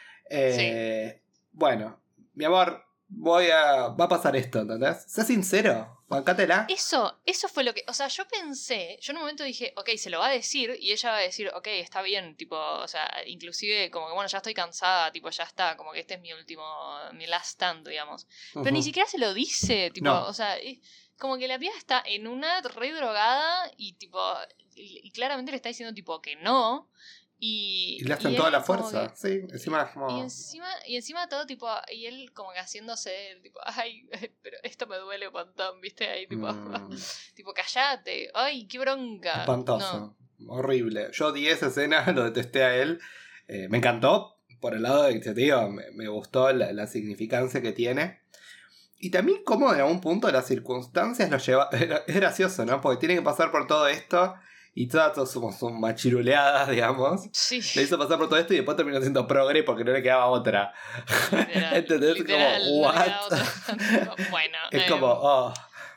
Eh, sí. Bueno, mi amor, voy a... va a pasar esto, ¿entendés? Sé sincero, bancátela. Eso, eso fue lo que... O sea, yo pensé... Yo en un momento dije, ok, se lo va a decir y ella va a decir, ok, está bien, tipo... O sea, inclusive como que, bueno, ya estoy cansada, tipo, ya está, como que este es mi último... Mi last stand, digamos. Uh-huh. Pero ni siquiera se lo dice, tipo, no. O sea... Es, como que la piba está en una re drogada y tipo... Y, y claramente le está diciendo, tipo, que no... Y, y le hacen toda la fuerza, que, sí, encima y, como... y encima y encima todo tipo, y él como que haciéndose tipo, ay, pero esto me duele un montón, ¿viste? Ahí tipo, mm. tipo, callate, ay, qué bronca. Espantoso, no. Horrible. Yo odié esa escena, lo detesté a él. Eh, me encantó, por el lado de que, tío, me, me gustó la, la significancia que tiene. Y también como en algún punto las circunstancias lo lleva... Es gracioso, ¿no? Porque tiene que pasar por todo esto... Y todas somos son machiruleadas, digamos. Sí. Le hizo pasar por todo esto y después terminó siendo progre porque no le quedaba otra. Literal, ¿entendés? Literal, como, ¿what? No otra. Bueno. Es eh, como, oh.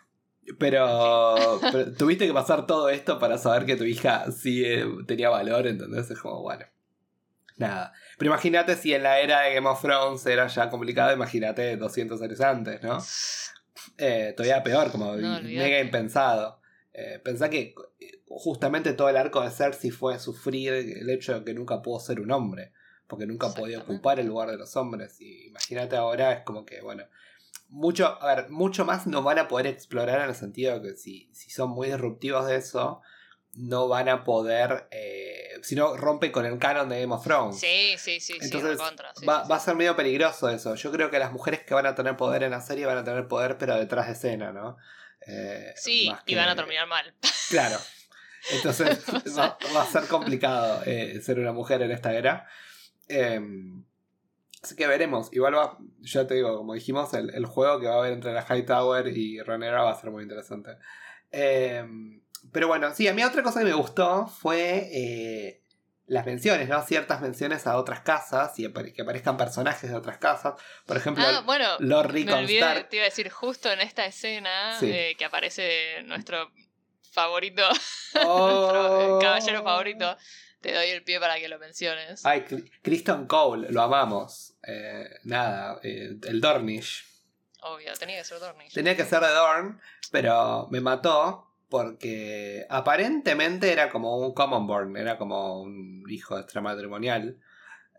Pero, pero tuviste que pasar todo esto para saber que tu hija sí eh, tenía valor, ¿entendés? Es como, bueno. Nada. Pero imagínate si en la era de Game of Thrones era ya complicado, imagínate doscientos años antes, ¿no? Eh, todavía peor, como no, mega impensado. Eh, pensá que justamente todo el arco de Cersei fue sufrir el hecho de que nunca pudo ser un hombre, porque nunca podía ocupar el lugar de los hombres. Y imagínate ahora, es como que, bueno, mucho, a ver, mucho más no van a poder explorar en el sentido de que si, si son muy disruptivos de eso, no van a poder, eh, si no rompe con el canon de Game of Thrones. Sí, sí, sí. Entonces sí, contra, sí, va, sí, va a ser medio peligroso eso. Yo creo que las mujeres que van a tener poder en la serie van a tener poder, pero detrás de escena, ¿no? Eh, sí, que... y van a terminar mal. Claro. Entonces va, va a ser complicado eh, ser una mujer en esta era. Eh, así que veremos. Igual va, ya te digo, como dijimos, el, el juego que va a haber entre la Hightower y Rhaenyra va a ser muy interesante. Eh, pero bueno, sí, a mí otra cosa que me gustó fue eh, las menciones, ¿no? Ciertas menciones a otras casas y que aparezcan personajes de otras casas. Por ejemplo, ah, bueno, Lord Rickon me olvidé, Stark. Te iba a decir, justo en esta escena sí. eh, que aparece nuestro favorito, oh. nuestro caballero favorito, te doy el pie para que lo menciones. Ay, Criston Cole, lo amamos. Eh, nada, eh, el Dornish. Obvio, tenía que ser Dornish. Tenía que ser de Dorne, pero me mató porque aparentemente era como un common born, era como un hijo extramatrimonial.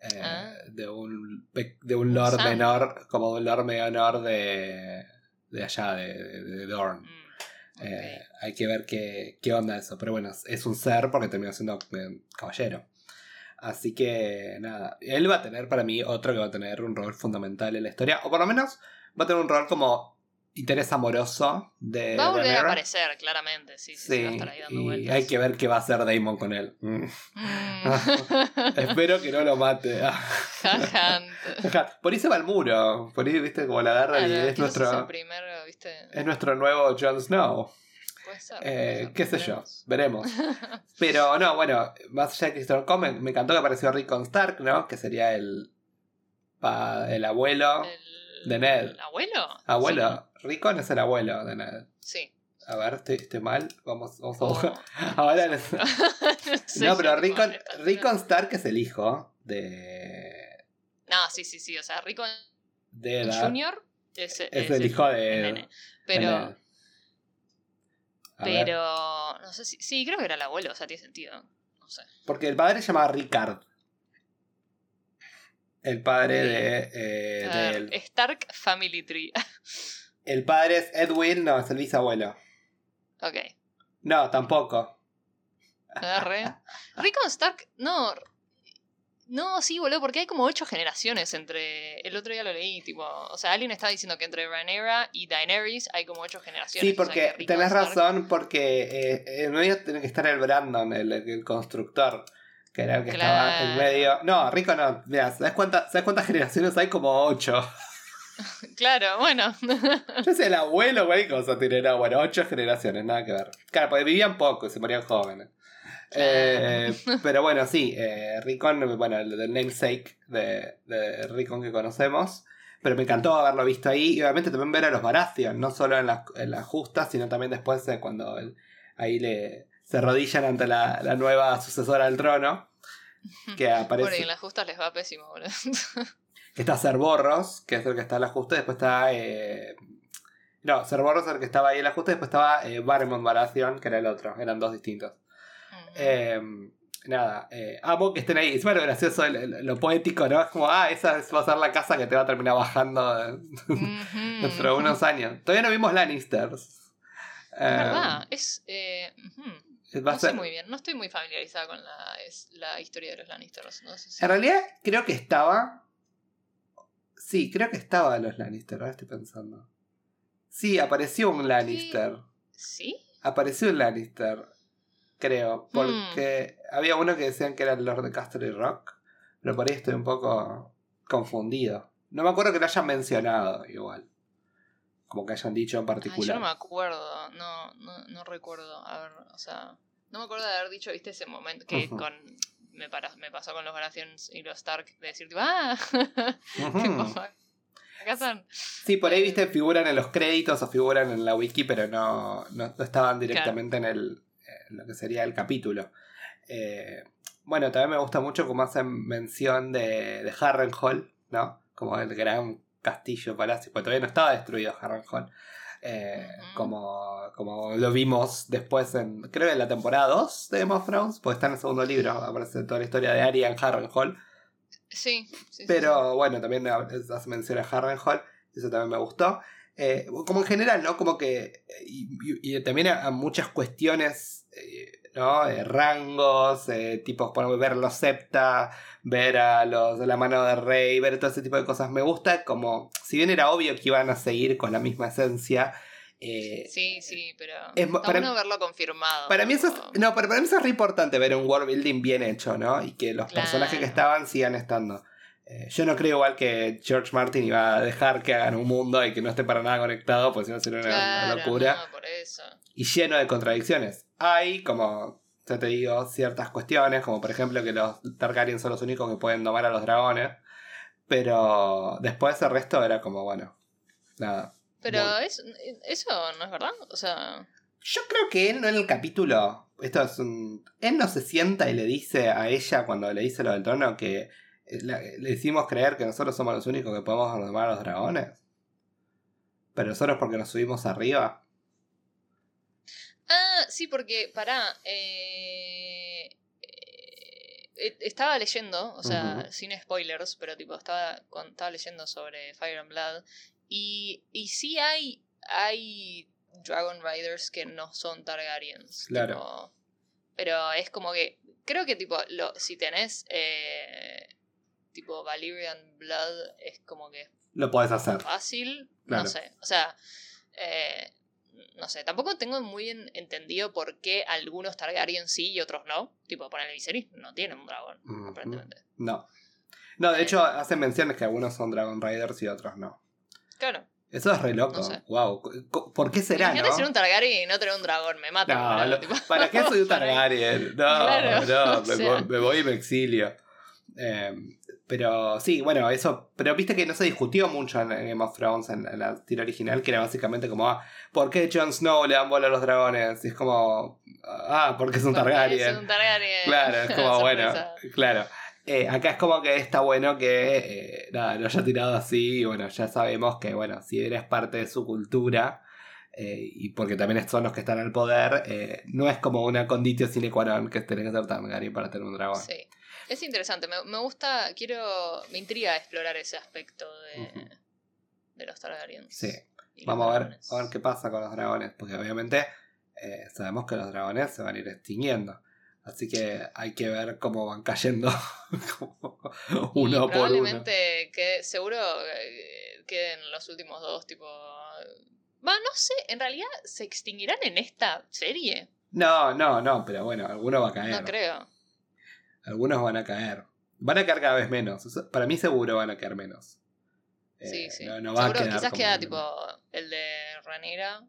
Eh, Ah. de un de un lord Sam. menor, como de un lord menor de, de allá, de, de, de Dorne. Mm, ok. Eh, hay que ver qué, qué onda eso. Pero bueno, es un ser porque termina siendo eh, caballero. Así que nada, él va a tener para mí otro que va a tener un rol fundamental en la historia. O por lo menos va a tener un rol como interés amoroso de Va a volver a Rhaenyra. aparecer, claramente. Sí, sí, sí, va a Sí, estar ahí dando y vueltas. hay que ver qué va a hacer Daemon con él. Mm. Mm. Espero que no lo mate. Jajante. Por ahí se va al muro. Por ahí, viste, como la agarra y Claro, es quizás es el nuestro, primero, ¿viste? es nuestro nuevo Jon Snow. Puede ser. Eh, puede qué ser. sé yo, Veremos. veremos. Pero no, bueno, más allá de Christopher Cole, me, me encantó que apareció Rickon Stark, ¿no? Que sería el, pa- el abuelo ¿El... de Ned. ¿El abuelo? Abuelo, Rickon es el abuelo de Ned. Sí. A ver, estoy, estoy mal. Vamos, vamos a Oh, buscar. Ahora les- seguro. Sí, No, yo pero tipo, Rickon, a esta altura. Rickon Stark es el hijo de. No, sí, sí, sí. O sea, Rico de Eddard. Junior es, Es, es el hijo el de. nene. de Pero, Ned. A ver, pero, no sé si, sí, creo que era el abuelo, o sea, tiene sentido. No sé. porque el padre se llamaba Rickard. El padre Ok. de. eh, A de ver, él. Stark Family Tree. El padre es Edwin, no, es el bisabuelo. Ok. No, tampoco. Agarré. Rickon Stark, no. No, sí, boludo, porque hay como ocho generaciones entre. El otro día lo leí, tipo. O sea, alguien estaba diciendo que entre Rhaenyra y Daenerys hay como ocho generaciones. Sí, o sea, porque que Rickon tenés Stark- razón, porque eh, en medio tiene que estar el Brandon, el, el constructor, que era el que estaba en Claro. medio. No, Rico no. Mira, ¿sabes, cuánta, ¿sabes cuántas generaciones hay? Como ocho. Claro, bueno. Yo sé, el abuelo, güey, cosa tiene. No, bueno, ocho generaciones, nada que ver. Claro, porque vivían poco y se morían jóvenes. Claro. Eh, pero bueno, sí, eh, Rickon, bueno, el del namesake de, de Rickon que conocemos. Pero me encantó haberlo visto ahí. Y obviamente también ver a los Baratheon, no solo en las en la justas, sino también después eh, cuando él, ahí le se arrodillan ante la, la nueva sucesora al trono. Que aparece. Bueno, y en las justas les va pésimo, boludo. Que está Cerborros, que es el que está en la justa, y después está. Eh, no, Cerborros es el que estaba ahí en la justa, y después estaba eh, Baremont Baratheon, que era el otro. Eran dos distintos. Ujú. Eh, nada, eh, amo que estén ahí. Es lo gracioso, el- el- lo poético, ¿no? Es como, ah, esa va a ser la casa que te va a terminar bajando eh, Ujú. dentro de unos años. Todavía no vimos Lannisters. Es verdad, es. Eh, ujú. Eh, va a No sé ser- muy bien, no estoy muy familiarizada con la, es, la historia de los Lannisters. No sé si... En realidad, creo que estaba. Sí, creo que estaba los Lannister, ahora estoy pensando. Sí, apareció un Lannister. ¿Sí? Apareció un Lannister, creo. Porque había uno que decían que era el Lord de Castle Rock. Pero por ahí estoy un poco confundido. No me acuerdo que lo hayan mencionado igual. Como que hayan dicho en Ay, yo particular. no me acuerdo, no, no, no recuerdo. A ver, o sea, no me acuerdo de haber dicho, viste, ese momento que Ujú. con. Me, para, me pasó con los Baratheons y los Stark de decir, tipo, ¡ah! Ujú. Tipo, acá están. Sí, por ahí, viste, figuran en los créditos o figuran en la wiki, pero no, no, no estaban directamente en, el, en lo que sería el capítulo. Eh, bueno, también me gusta mucho cómo hacen mención de, de Harrenhal, ¿no? Como el gran castillo, palacio, porque todavía no estaba destruido Harrenhal. Eh, Ujú. como, como lo vimos después en, creo que en la temporada dos de Game of Thrones, porque está en el segundo libro, aparece toda la historia de Arya en Harrenhal. Sí, sí, sí, Pero sí. bueno, también hace mención a Harrenhal, eso también me gustó. Eh, como en general, ¿no? Como que. Y, y- y también a, a muchas cuestiones, eh, ¿no? Eh, rangos, eh, tipos, por ver los septa, ver a los de la mano del rey, ver todo ese tipo de cosas. Me gusta, como. Si bien era obvio que iban a seguir con la misma esencia. Eh, Sí, sí, pero es- está para- bueno verlo confirmado. para mí eso es, tipo, no, pero para mí eso es re importante ver un world building bien hecho, ¿no? Y que los Claro. personajes que estaban sigan estando. Eh, yo no creo igual que George Martin iba a dejar que hagan un mundo y que no esté para nada conectado, pues si no sería una, una Claro, locura. no, por eso. Y lleno de contradicciones. Hay, como ya te digo, ciertas cuestiones, como por ejemplo que los Targaryen son los únicos que pueden domar a los dragones. Pero después el resto era como, bueno, nada. Pero Muy- es, eso no es verdad, o sea... Yo creo que él no en el capítulo. Esto es un. Él no se sienta y le dice a ella cuando le dice lo del trono que eh, la- le hicimos creer que nosotros somos los únicos que podemos domar a los dragones. Pero nosotros porque nos subimos arriba. Ah, sí, porque, pará, eh, eh, eh, estaba leyendo, o sea, Ujú. sin spoilers, pero tipo, estaba, con- estaba leyendo sobre Fire and Blood. Y, y sí hay, hay Dragon Riders que no son Targaryens. Claro. Tipo, pero es como que. Creo que tipo, lo, si tenés eh, tipo Valyrian Blood, es como que Lo podés hacer. fácil. Claro. No sé. O sea. Eh, no sé. Tampoco tengo muy en- entendido por qué algunos Targaryen sí y otros no. Tipo, por el Viserys no tiene un dragón, Ujú. aparentemente. No. No, de Eh. hecho, hacen menciones que algunos son Dragon Riders y otros no. Claro. Eso es re loco. No sé. Wow. ¿Por qué será, Imagínate no? ser un Targaryen y no tener un dragón. Me mato. No, boludo, lo- tipo. ¿para qué soy un Para- Targaryen? No, Claro, no, o me, sea. voy, me voy y me exilio. Eh, pero sí, bueno, eso. Pero viste que no se discutió mucho en Game of Thrones, en, en la tira original, que era básicamente como, ah, ¿por qué Jon Snow le dan bola a los dragones? Y es como, ah, porque es un Porque Targaryen. es un Targaryen. Claro, es como, bueno, Sorpresa. claro. Eh, acá es como que está bueno que eh, nada, lo haya tirado así. Y bueno, ya sabemos que, bueno, si eres parte de su cultura, eh, y porque también son los que están al poder, eh, no es como una conditio sine qua non que tenés que ser Targaryen para tener un dragón. Sí. Es interesante. Me, me gusta, quiero, me intriga explorar ese aspecto de, Ujú. de los Targaryens. Sí. y los Vamos a ver, dragones. a ver qué pasa con los dragones, porque obviamente eh, sabemos que los dragones se van a ir extinguiendo. Así que hay que ver cómo van cayendo como Y uno por uno. probablemente que seguro eh, queden los últimos dos, tipo. Va, no sé, en realidad se extinguirán en esta serie. No, no, no, pero bueno, alguno va a caer. No creo. Algunos van a caer. Van a caer cada vez menos. Eso- Para mí seguro van a caer menos. Eh, Sí, sí. No, no va Seguro, a quedar quizás como queda el- tipo el de Rhaenyra.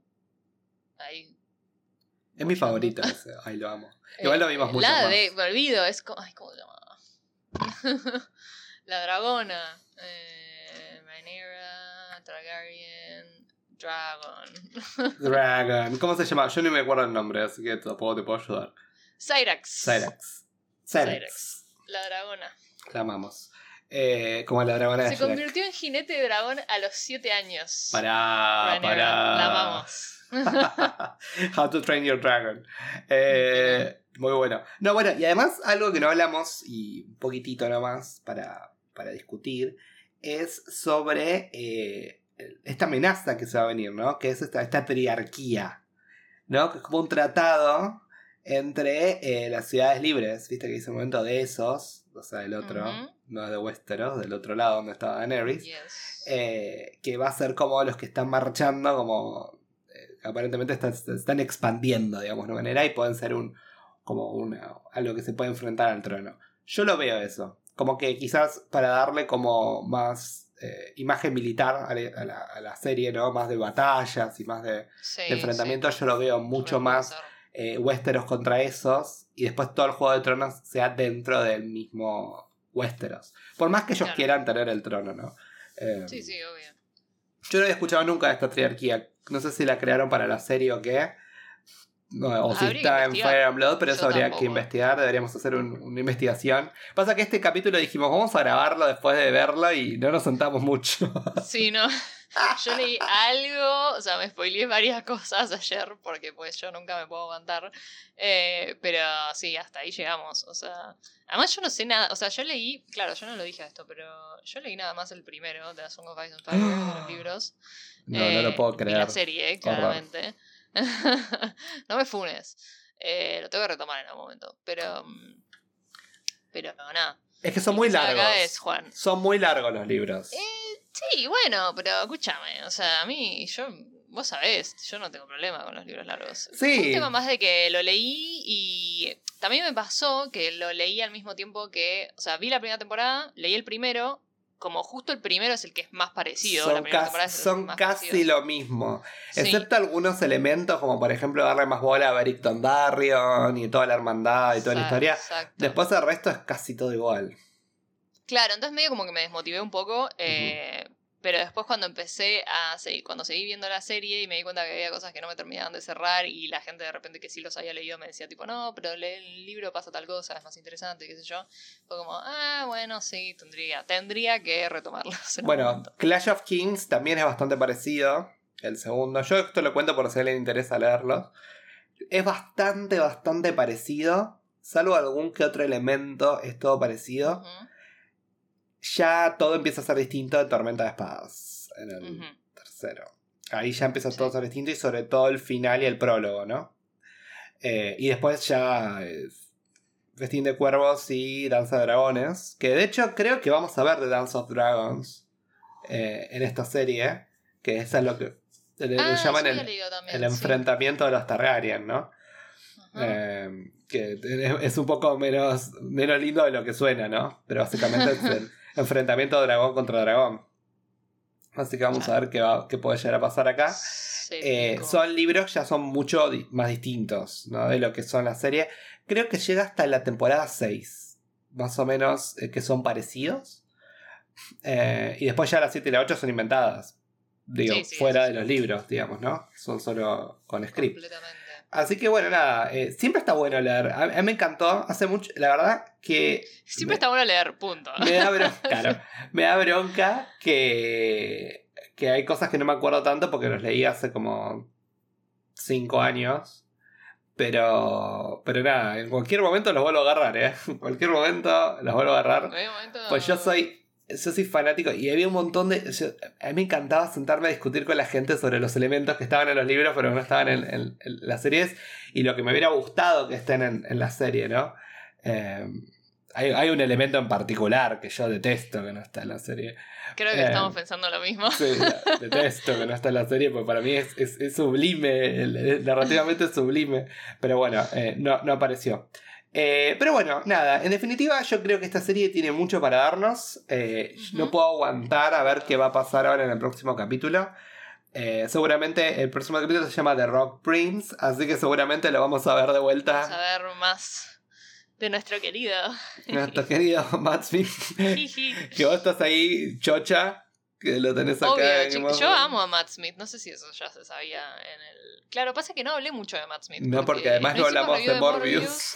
Ahí. Es mi bollando. favorito ese. Ay, lo amo. Igual lo vimos Eh, mucho La más. de. Me olvido, es como. Ay, ¿cómo se llamaba? La dragona. Eh, Rhaenyra, Targaryen, Dragon. Dragon. ¿Cómo se llama? Yo no me acuerdo el nombre, así que tampoco te puedo ayudar. Cyrax. Cyrax. Cyrax. Cyrax. La dragona. La amamos. Eh, como la dragona de Se Shrek. convirtió en jinete de dragón a los siete años. Pará, Rhaenyra, pará. La amamos. How to Train Your Dragon. Eh, muy bueno. No, bueno, y además algo que no hablamos, y un poquitito nomás para, para discutir, es sobre eh, esta amenaza que se va a venir, ¿no? Que es esta, esta triarquía, ¿no? Que es como un tratado entre eh, las ciudades libres, viste que dice un momento de esos, o sea, del otro, Ujú. no de Westeros, del otro lado donde estaba Daenerys, Yes. eh, que va a ser como los que están marchando, como eh, aparentemente están, se están expandiendo, digamos, de una manera, y pueden ser un como una, algo que se puede enfrentar al trono. Yo lo veo eso, como que quizás para darle como más eh, imagen militar a la, a, la, a la serie, ¿no? Más de batallas y más de, Sí, de enfrentamientos, yo lo veo mucho Re puede más ser. eh, Westeros contra esos, y después todo el Juego de Tronos sea dentro del mismo Westeros. Por más que ellos Claro. quieran tener el trono, ¿no? Eh, Sí, sí, obvio. Yo no había escuchado nunca de esta triarquía. No sé si la crearon para la serie o qué. No, o si Habría que está en investigar. Fire and Blood, pero Yo eso habría tampoco. que investigar. Deberíamos hacer un- una investigación. Pasa que este capítulo dijimos, vamos a grabarlo después de verlo y no nos sentamos mucho. Sí, no. Yo leí algo, o sea, me spoileé varias cosas ayer porque pues yo nunca me puedo aguantar. Eh, pero sí, hasta ahí llegamos. O sea, además yo no sé nada. O sea, yo leí, claro, yo no lo dije esto, pero yo leí nada más el primero de A Song of Ice and Fire, de los libros. No, no lo Eh, puedo Y creer. la serie, eh, claramente. No me funes. Eh, lo tengo que retomar en algún momento. Pero. mm, Pero nada. Es que son El muy que sabe largos. acá es Juan. Son muy largos los libros. Eh, sí, bueno, pero escúchame. O sea, a mí, yo. Vos sabés, yo no tengo problema con los libros largos. Sí. Fue un tema más de que lo leí y. También me pasó que lo leí al mismo tiempo que. O sea, vi la primera temporada, leí el primero. Como justo el primero es el que es más parecido. la Son, primera casi, temporada es el son más casi parecido. lo mismo. Sí. Excepto algunos elementos, como por ejemplo darle más bola a Beric Dondarrion y toda la hermandad y toda la Exacto, historia. exacto. Después el resto es casi todo igual. Claro, entonces medio como que me desmotivé un poco, eh, pero después cuando empecé a seguir, cuando seguí viendo la serie y me di cuenta que había cosas que no me terminaban de cerrar y la gente de repente que sí los había leído me decía tipo, no, pero lee el libro, pasa tal cosa, es más interesante, qué sé yo. Fue como, ah, bueno, sí, tendría, tendría que retomarlos. en un Bueno, momento. Clash of Kings también es bastante parecido. El segundo. Yo esto lo cuento por si a alguien le interesa leerlo. Es bastante, bastante parecido. salvo algún que otro elemento, es todo parecido. Uh-huh. Ya todo empieza a ser distinto de Tormenta de Espadas en el Uh-huh. tercero. Ahí ya empieza Sí. todo a ser distinto y sobre todo el final y el prólogo, ¿no? Eh, y después ya eh, Festín de Cuervos y Danza de Dragones, que de hecho creo que vamos a ver The Dance of Dragons eh, en esta serie, que eso es lo que le, Ah, le llaman eso el, había leído también, el sí. enfrentamiento de los Targaryen, ¿no? Ajá. Eh, que es un poco menos, menos lindo de lo que suena, ¿no? Pero básicamente es el enfrentamiento de dragón contra dragón. Así que vamos Claro. a ver qué, va, qué puede llegar a pasar acá. Sí, Eh, pico. son libros que ya son mucho di- más distintos, ¿no? De lo que son la serie. Creo que llega hasta la temporada seis, más o menos, eh, que son parecidos. Eh, y después ya las siete y la ocho son inventadas. Digo, Sí, sí, fuera eso de sí. los libros, digamos, ¿no? Son solo con script. Completamente. Así que bueno, nada, eh, siempre está bueno leer. A, a mí me encantó, hace mucho, la verdad que... Siempre me, está bueno leer, punto. me da bronca, claro, me da bronca que, que hay cosas que no me acuerdo tanto porque los leí hace como cinco años. Pero, pero nada, en cualquier momento los vuelvo a agarrar, ¿eh? En cualquier momento los vuelvo a agarrar. En algún momento- Pues yo soy... Yo soy fanático y había un montón de... yo- a mí me encantaba sentarme a discutir con la gente sobre los elementos que estaban en los libros pero que no estaban en, en- en las series y lo que me hubiera gustado que estén en, en la serie, ¿no? Eh, hay, hay un elemento en particular que yo detesto que no está en la serie. Creo que Eh, estamos pensando lo mismo. Sí, detesto que no está en la serie porque para mí es, es, es sublime, el- el- narrativamente es sublime. Pero bueno, eh, no, no apareció. Eh, pero bueno, nada, en definitiva yo creo que esta serie tiene mucho para darnos. Eh, Ujú. No puedo aguantar a ver qué va a pasar ahora en el próximo capítulo. Eh, seguramente el próximo capítulo se llama The Rock Prince, así que seguramente lo vamos a ver de Vamos a vuelta. ver más de nuestro querido. Nuestro querido Matt Smith. Jiji. Que vos estás ahí, chocha, que lo tenés acá. Obvio, en chico, Game of yo Thrones. amo a Matt Smith. No sé si eso ya se sabía en el. Claro, pasa que no hablé mucho de Matt Smith. No, porque además no hicimos hablamos review de Morbius.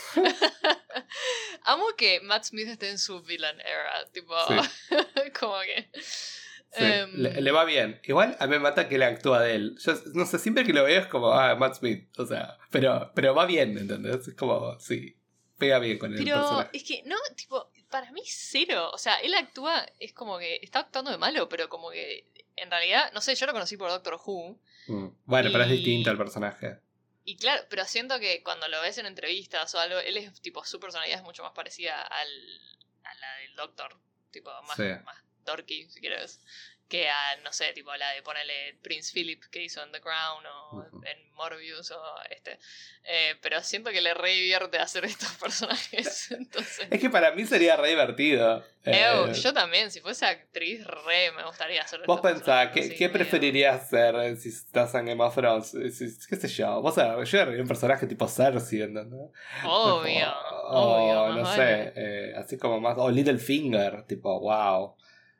Amo que Matt Smith esté en su villain era. Tipo, como que. Sí, em, le, le va bien. Igual a mí me mata que él actúa de él. Yo no sé, siempre que lo veo es como, ah, Matt Smith. O sea, pero, pero va bien, ¿entendés? Es como, sí, pega bien con el Pero personaje. es que, no, tipo, para mí cero. O sea, él actúa, es como que está actuando de malo, pero como que en realidad, no sé, yo lo conocí por Doctor Who. Mm. Bueno, pero es y- distinto el personaje. Y claro, pero siento que cuando lo ves en entrevistas o algo, él es tipo, su personalidad es mucho más parecida al, a la del Doctor. Tipo, más, Sí. más dorky, si quieres. Que a, no sé, tipo la de ponerle Prince Philip que hizo en The Crown o Ujú. en Morbius o este. Eh, pero siento que le re divierte hacer estos personajes. Entonces. Es que para mí sería re divertido. Ew, Eh, yo también, si fuese actriz, re me gustaría hacer Vos estos pensás, personajes ¿qué, así, ¿qué medio- preferirías ser eh, si estás en Game of Thrones? Eh, si- ¿Qué sé yo? Vos sabés, yo era un personaje tipo Cersei, ¿entendés? Obvio, O, obvio, no más sé, vale. eh, así como más. O Littlefinger, tipo, wow.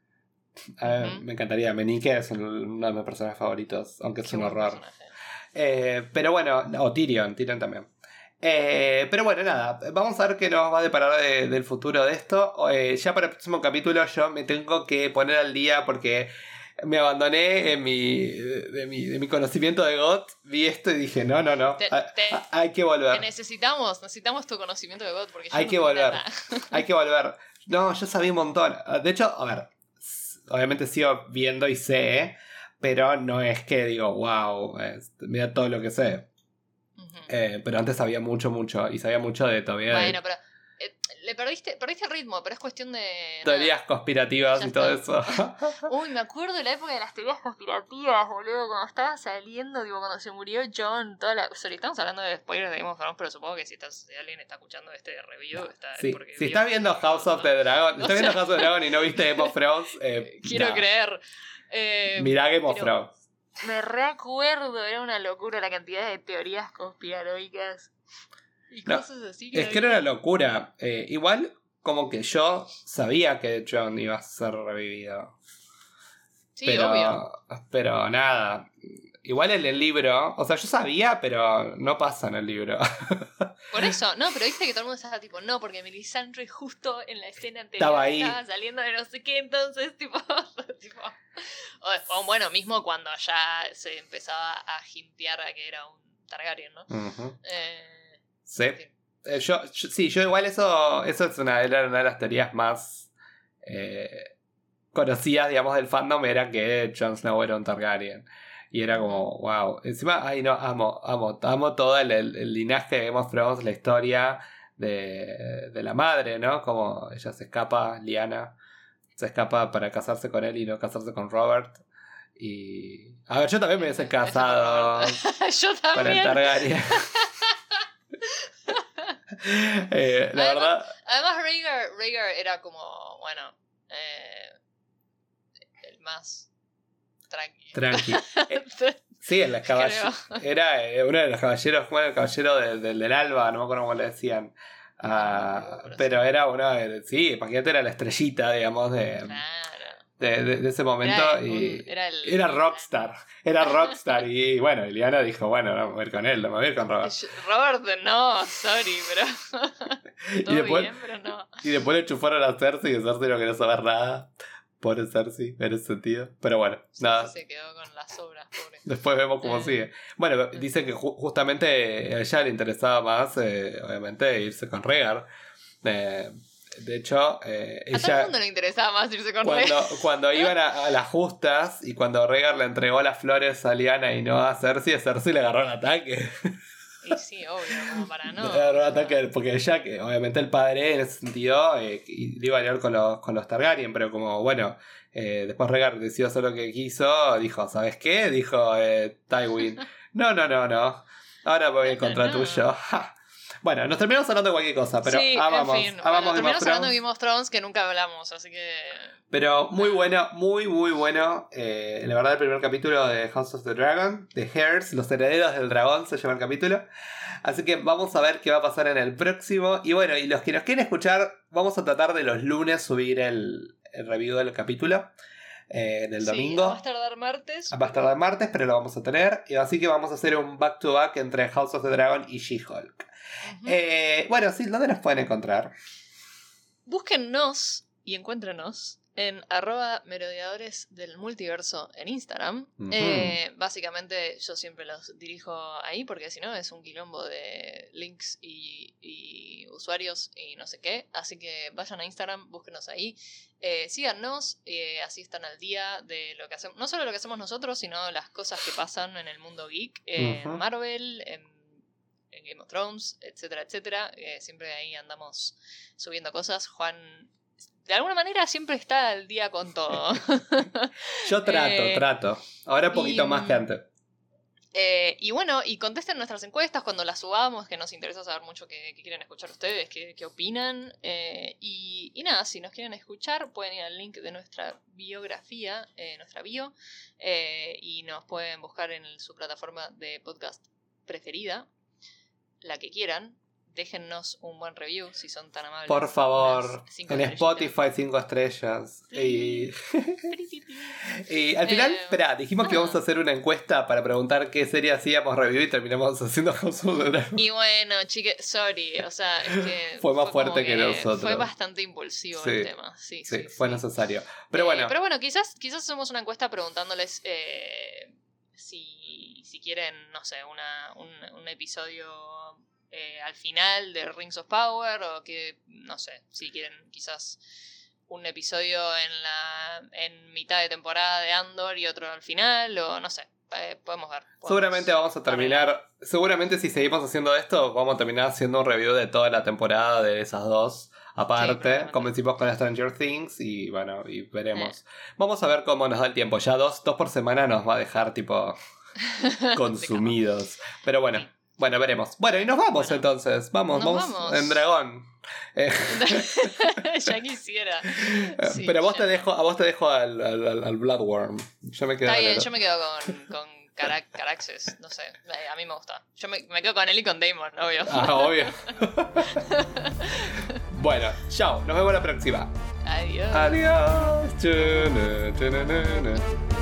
A ver, Ujú. me encantaría. Meñique es un- uno de mis personajes favoritos, aunque es Qué un buen horror. personaje. Eh, pero bueno, o Tyrion, Tyrion también. Eh, pero bueno, nada, vamos a ver qué nos va a deparar de- del futuro de esto. Eh, ya para el próximo capítulo yo me tengo que poner al día porque me abandoné en mi, de, mi, de mi conocimiento de G O T. Vi esto y dije, no, no, no, Te- hay, te- hay que Te volver. necesitamos, necesitamos tu conocimiento de God porque yo Hay no que sé volver. nada. Hay que volver. No, yo sabía un montón. De hecho, a ver, s- obviamente sigo viendo y sé, ¿eh? Pero no es que digo, wow, eh, mira todo lo que sé. Ujú. Eh, pero antes sabía mucho, mucho. Y sabía mucho de todavía de Bueno, pero eh, le perdiste, perdiste el ritmo, pero es cuestión de. teorías conspirativas Ya y todo está. eso. Uy, me acuerdo de la época de las teorías conspirativas, boludo, cuando estaba saliendo, tipo, cuando se murió John, toda la... Sorry, estamos hablando de spoilers de Game of Thrones, pero supongo que si, estás, si alguien está escuchando este review, está Sí, porque si vio- estás viendo House of the Dragon, si O estás viendo sea- House of the Dragon y no viste Game of Thrones, eh, Quiero nah, creer. Eh, mirá Game of pero- Thrones. Me reacuerdo, era una locura la cantidad de teorías conspiranoicas y No, cosas así. Es que era una locura. Eh, igual, como que yo sabía que John iba a ser revivido. Sí, pero, obvio. pero nada. Igual en el libro, o sea, yo sabía, pero no pasa en el libro. Por eso, no, pero viste que todo el mundo estaba tipo, no, porque Melisandre justo en la escena anterior Estaba ahí. estaba saliendo de no sé qué, entonces, tipo, tipo o, o bueno, mismo cuando ya se empezaba a jintear a que era un Targaryen, ¿no? Ujú. Eh, Sí. en fin. eh, yo, yo- sí, yo igual eso, eso es una, era una de las teorías más eh, conocidas, digamos, del fandom, era que Jon Snow era un Targaryen. Y era como, wow. Encima, ay no, amo, amo, amo todo el, el, el linaje de Game of Thrones, la historia de, de la madre, ¿no? Como ella se escapa, Lyanna, se escapa para casarse con él y no casarse con Robert. Y... A ver, yo también me hubiese casado Yo con el también. Targaryen. eh, la Además- verdad... Además, Rhaegar, Rhaegar era como, bueno, eh, el más tranqui. Tranqui. Eh, sí, el caballero. Era eh, uno de los caballeros, bueno, el caballero de- de- del alba, no me acuerdo cómo le decían. Ah, No, pero pero sí. era uno de, sí, imagínate, era la estrellita, digamos, de, Claro. de, de- de ese momento. Era, y un- era el. era rockstar. Era rockstar. Y bueno, Lyanna dijo, bueno, no me voy a ir con él, no me voy a ir con Robert. Robert, no, sorry, pero. Y Todo después, bien, pero no. y después le chufaron a Cersei y Cersei no quería saber nada. Pobre Cersei, en ese sentido. Pero bueno, Sí, nada. Se quedó con las obras, pobre. Después vemos cómo Eh. sigue. Bueno, dice que ju- justamente a ella le interesaba más, eh, obviamente, irse con Rhaegar. Eh, de hecho, eh, A todo el ella mundo le interesaba más irse con Rey. cuando, cuando iban a, a las justas y cuando Rhaegar le entregó las flores a Lyanna y no a Cersei, a Cersei le agarró un ataque. Y sí, obvio, como para no. Le agarró un ataque porque ella, que obviamente el padre en ese sentido, eh, y- iba a lidiar con los, con los Targaryen, pero como bueno, eh, después Rhaegar decidió hacer lo que quiso, dijo, ¿sabes qué? Dijo eh, Tywin, no, no, no, no, ahora voy en No, contra no. tuyo. Ja. Bueno, nos terminamos hablando de cualquier cosa, pero sí, amamos, en fin. amamos Bueno, Game of terminamos hablando Thrones. de Game of Thrones que nunca hablamos, así que. Pero muy bueno, muy, muy bueno. Eh, la verdad, el primer capítulo de House of the Dragon, de Heirs, los herederos del dragón, se llama el capítulo. Así que vamos a ver qué va a pasar en el próximo. Y bueno, y los que nos quieren escuchar, vamos a tratar de los lunes subir el, el review del capítulo eh, del Sí, domingo. a más tardar martes. Va a estar el martes, pero lo vamos a tener. Y así que vamos a hacer un back to back entre House of the Dragon y She-Hulk. Ujú. Eh, bueno, sí, ¿dónde nos pueden encontrar? Búsquennos y encuéntrenos en arroba merodeadores del multiverso en Instagram. Ujú. Eh, básicamente yo siempre los dirijo ahí porque si no es un quilombo de links y, y usuarios y no sé qué. Así que vayan a Instagram, búsquenos ahí. Eh, síganos, eh, así están al día de lo que hacemos. No solo lo que hacemos nosotros, sino las cosas que pasan en el mundo geek, en Ujú. Marvel, en en Game of Thrones, etcétera, etcétera. Eh, siempre ahí andamos subiendo cosas. Juan, de alguna manera, siempre está al día con todo. Yo trato, Eh, trato. Ahora un poquito y, más que antes. Eh, y bueno, y contesten nuestras encuestas cuando las subamos, que nos interesa saber mucho qué, qué quieren escuchar ustedes, qué, qué opinan. Eh, y, y nada, si nos quieren escuchar, pueden ir al link de nuestra biografía, eh, nuestra bio, eh, y nos pueden buscar en su plataforma de podcast preferida, la que quieran. Déjennos un buen review si son tan amables. Por favor, Unas cinco en estrellitas. Spotify cinco estrellas. Y, y al Eh, final, espera, dijimos que ah. vamos a hacer una encuesta para preguntar qué serie hacíamos review y terminamos haciendo House of the Dragon. Y bueno, chique, sorry, o sea, es que Fue más como fuerte que nosotros. Fue bastante impulsivo Sí. el tema, sí, Sí, sí, fue sí. necesario. Pero Eh, bueno, pero bueno, quizás, quizás hacemos una encuesta preguntándoles eh, si, si quieren, no sé, una, un, un episodio eh, al final de Rings of Power o que, no sé, si quieren quizás un episodio en la en mitad de temporada de Andor y otro al final o no sé, eh, podemos ver. Podemos seguramente vamos a terminar. Seguramente, si seguimos haciendo esto, vamos a terminar haciendo un review de toda la temporada de esas dos. Aparte, probablemente. como hicimos con Stranger Things. Y bueno, y veremos. Vamos a ver cómo nos da el tiempo. Ya dos, dos por semana nos va a dejar tipo consumidos. Pero bueno, Sí. bueno, veremos. Bueno, y nos vamos Bueno, entonces. Vamos, nos vamos, vamos. en dragón. Eh, Ya quisiera. Sí, pero a vos ya. te dejo, a vos te dejo al, al, al- al Bloodworm. Yo me quedo Está con bien, el- yo me quedo con, con Cara- Caraxes, no sé, eh, a mí me gusta. Yo me, me quedo con él y con Damon, obvio. Ah, obvio. Bueno, chao. Nos vemos la próxima. Adiós. Adiós. Chunu, chunu, chunu.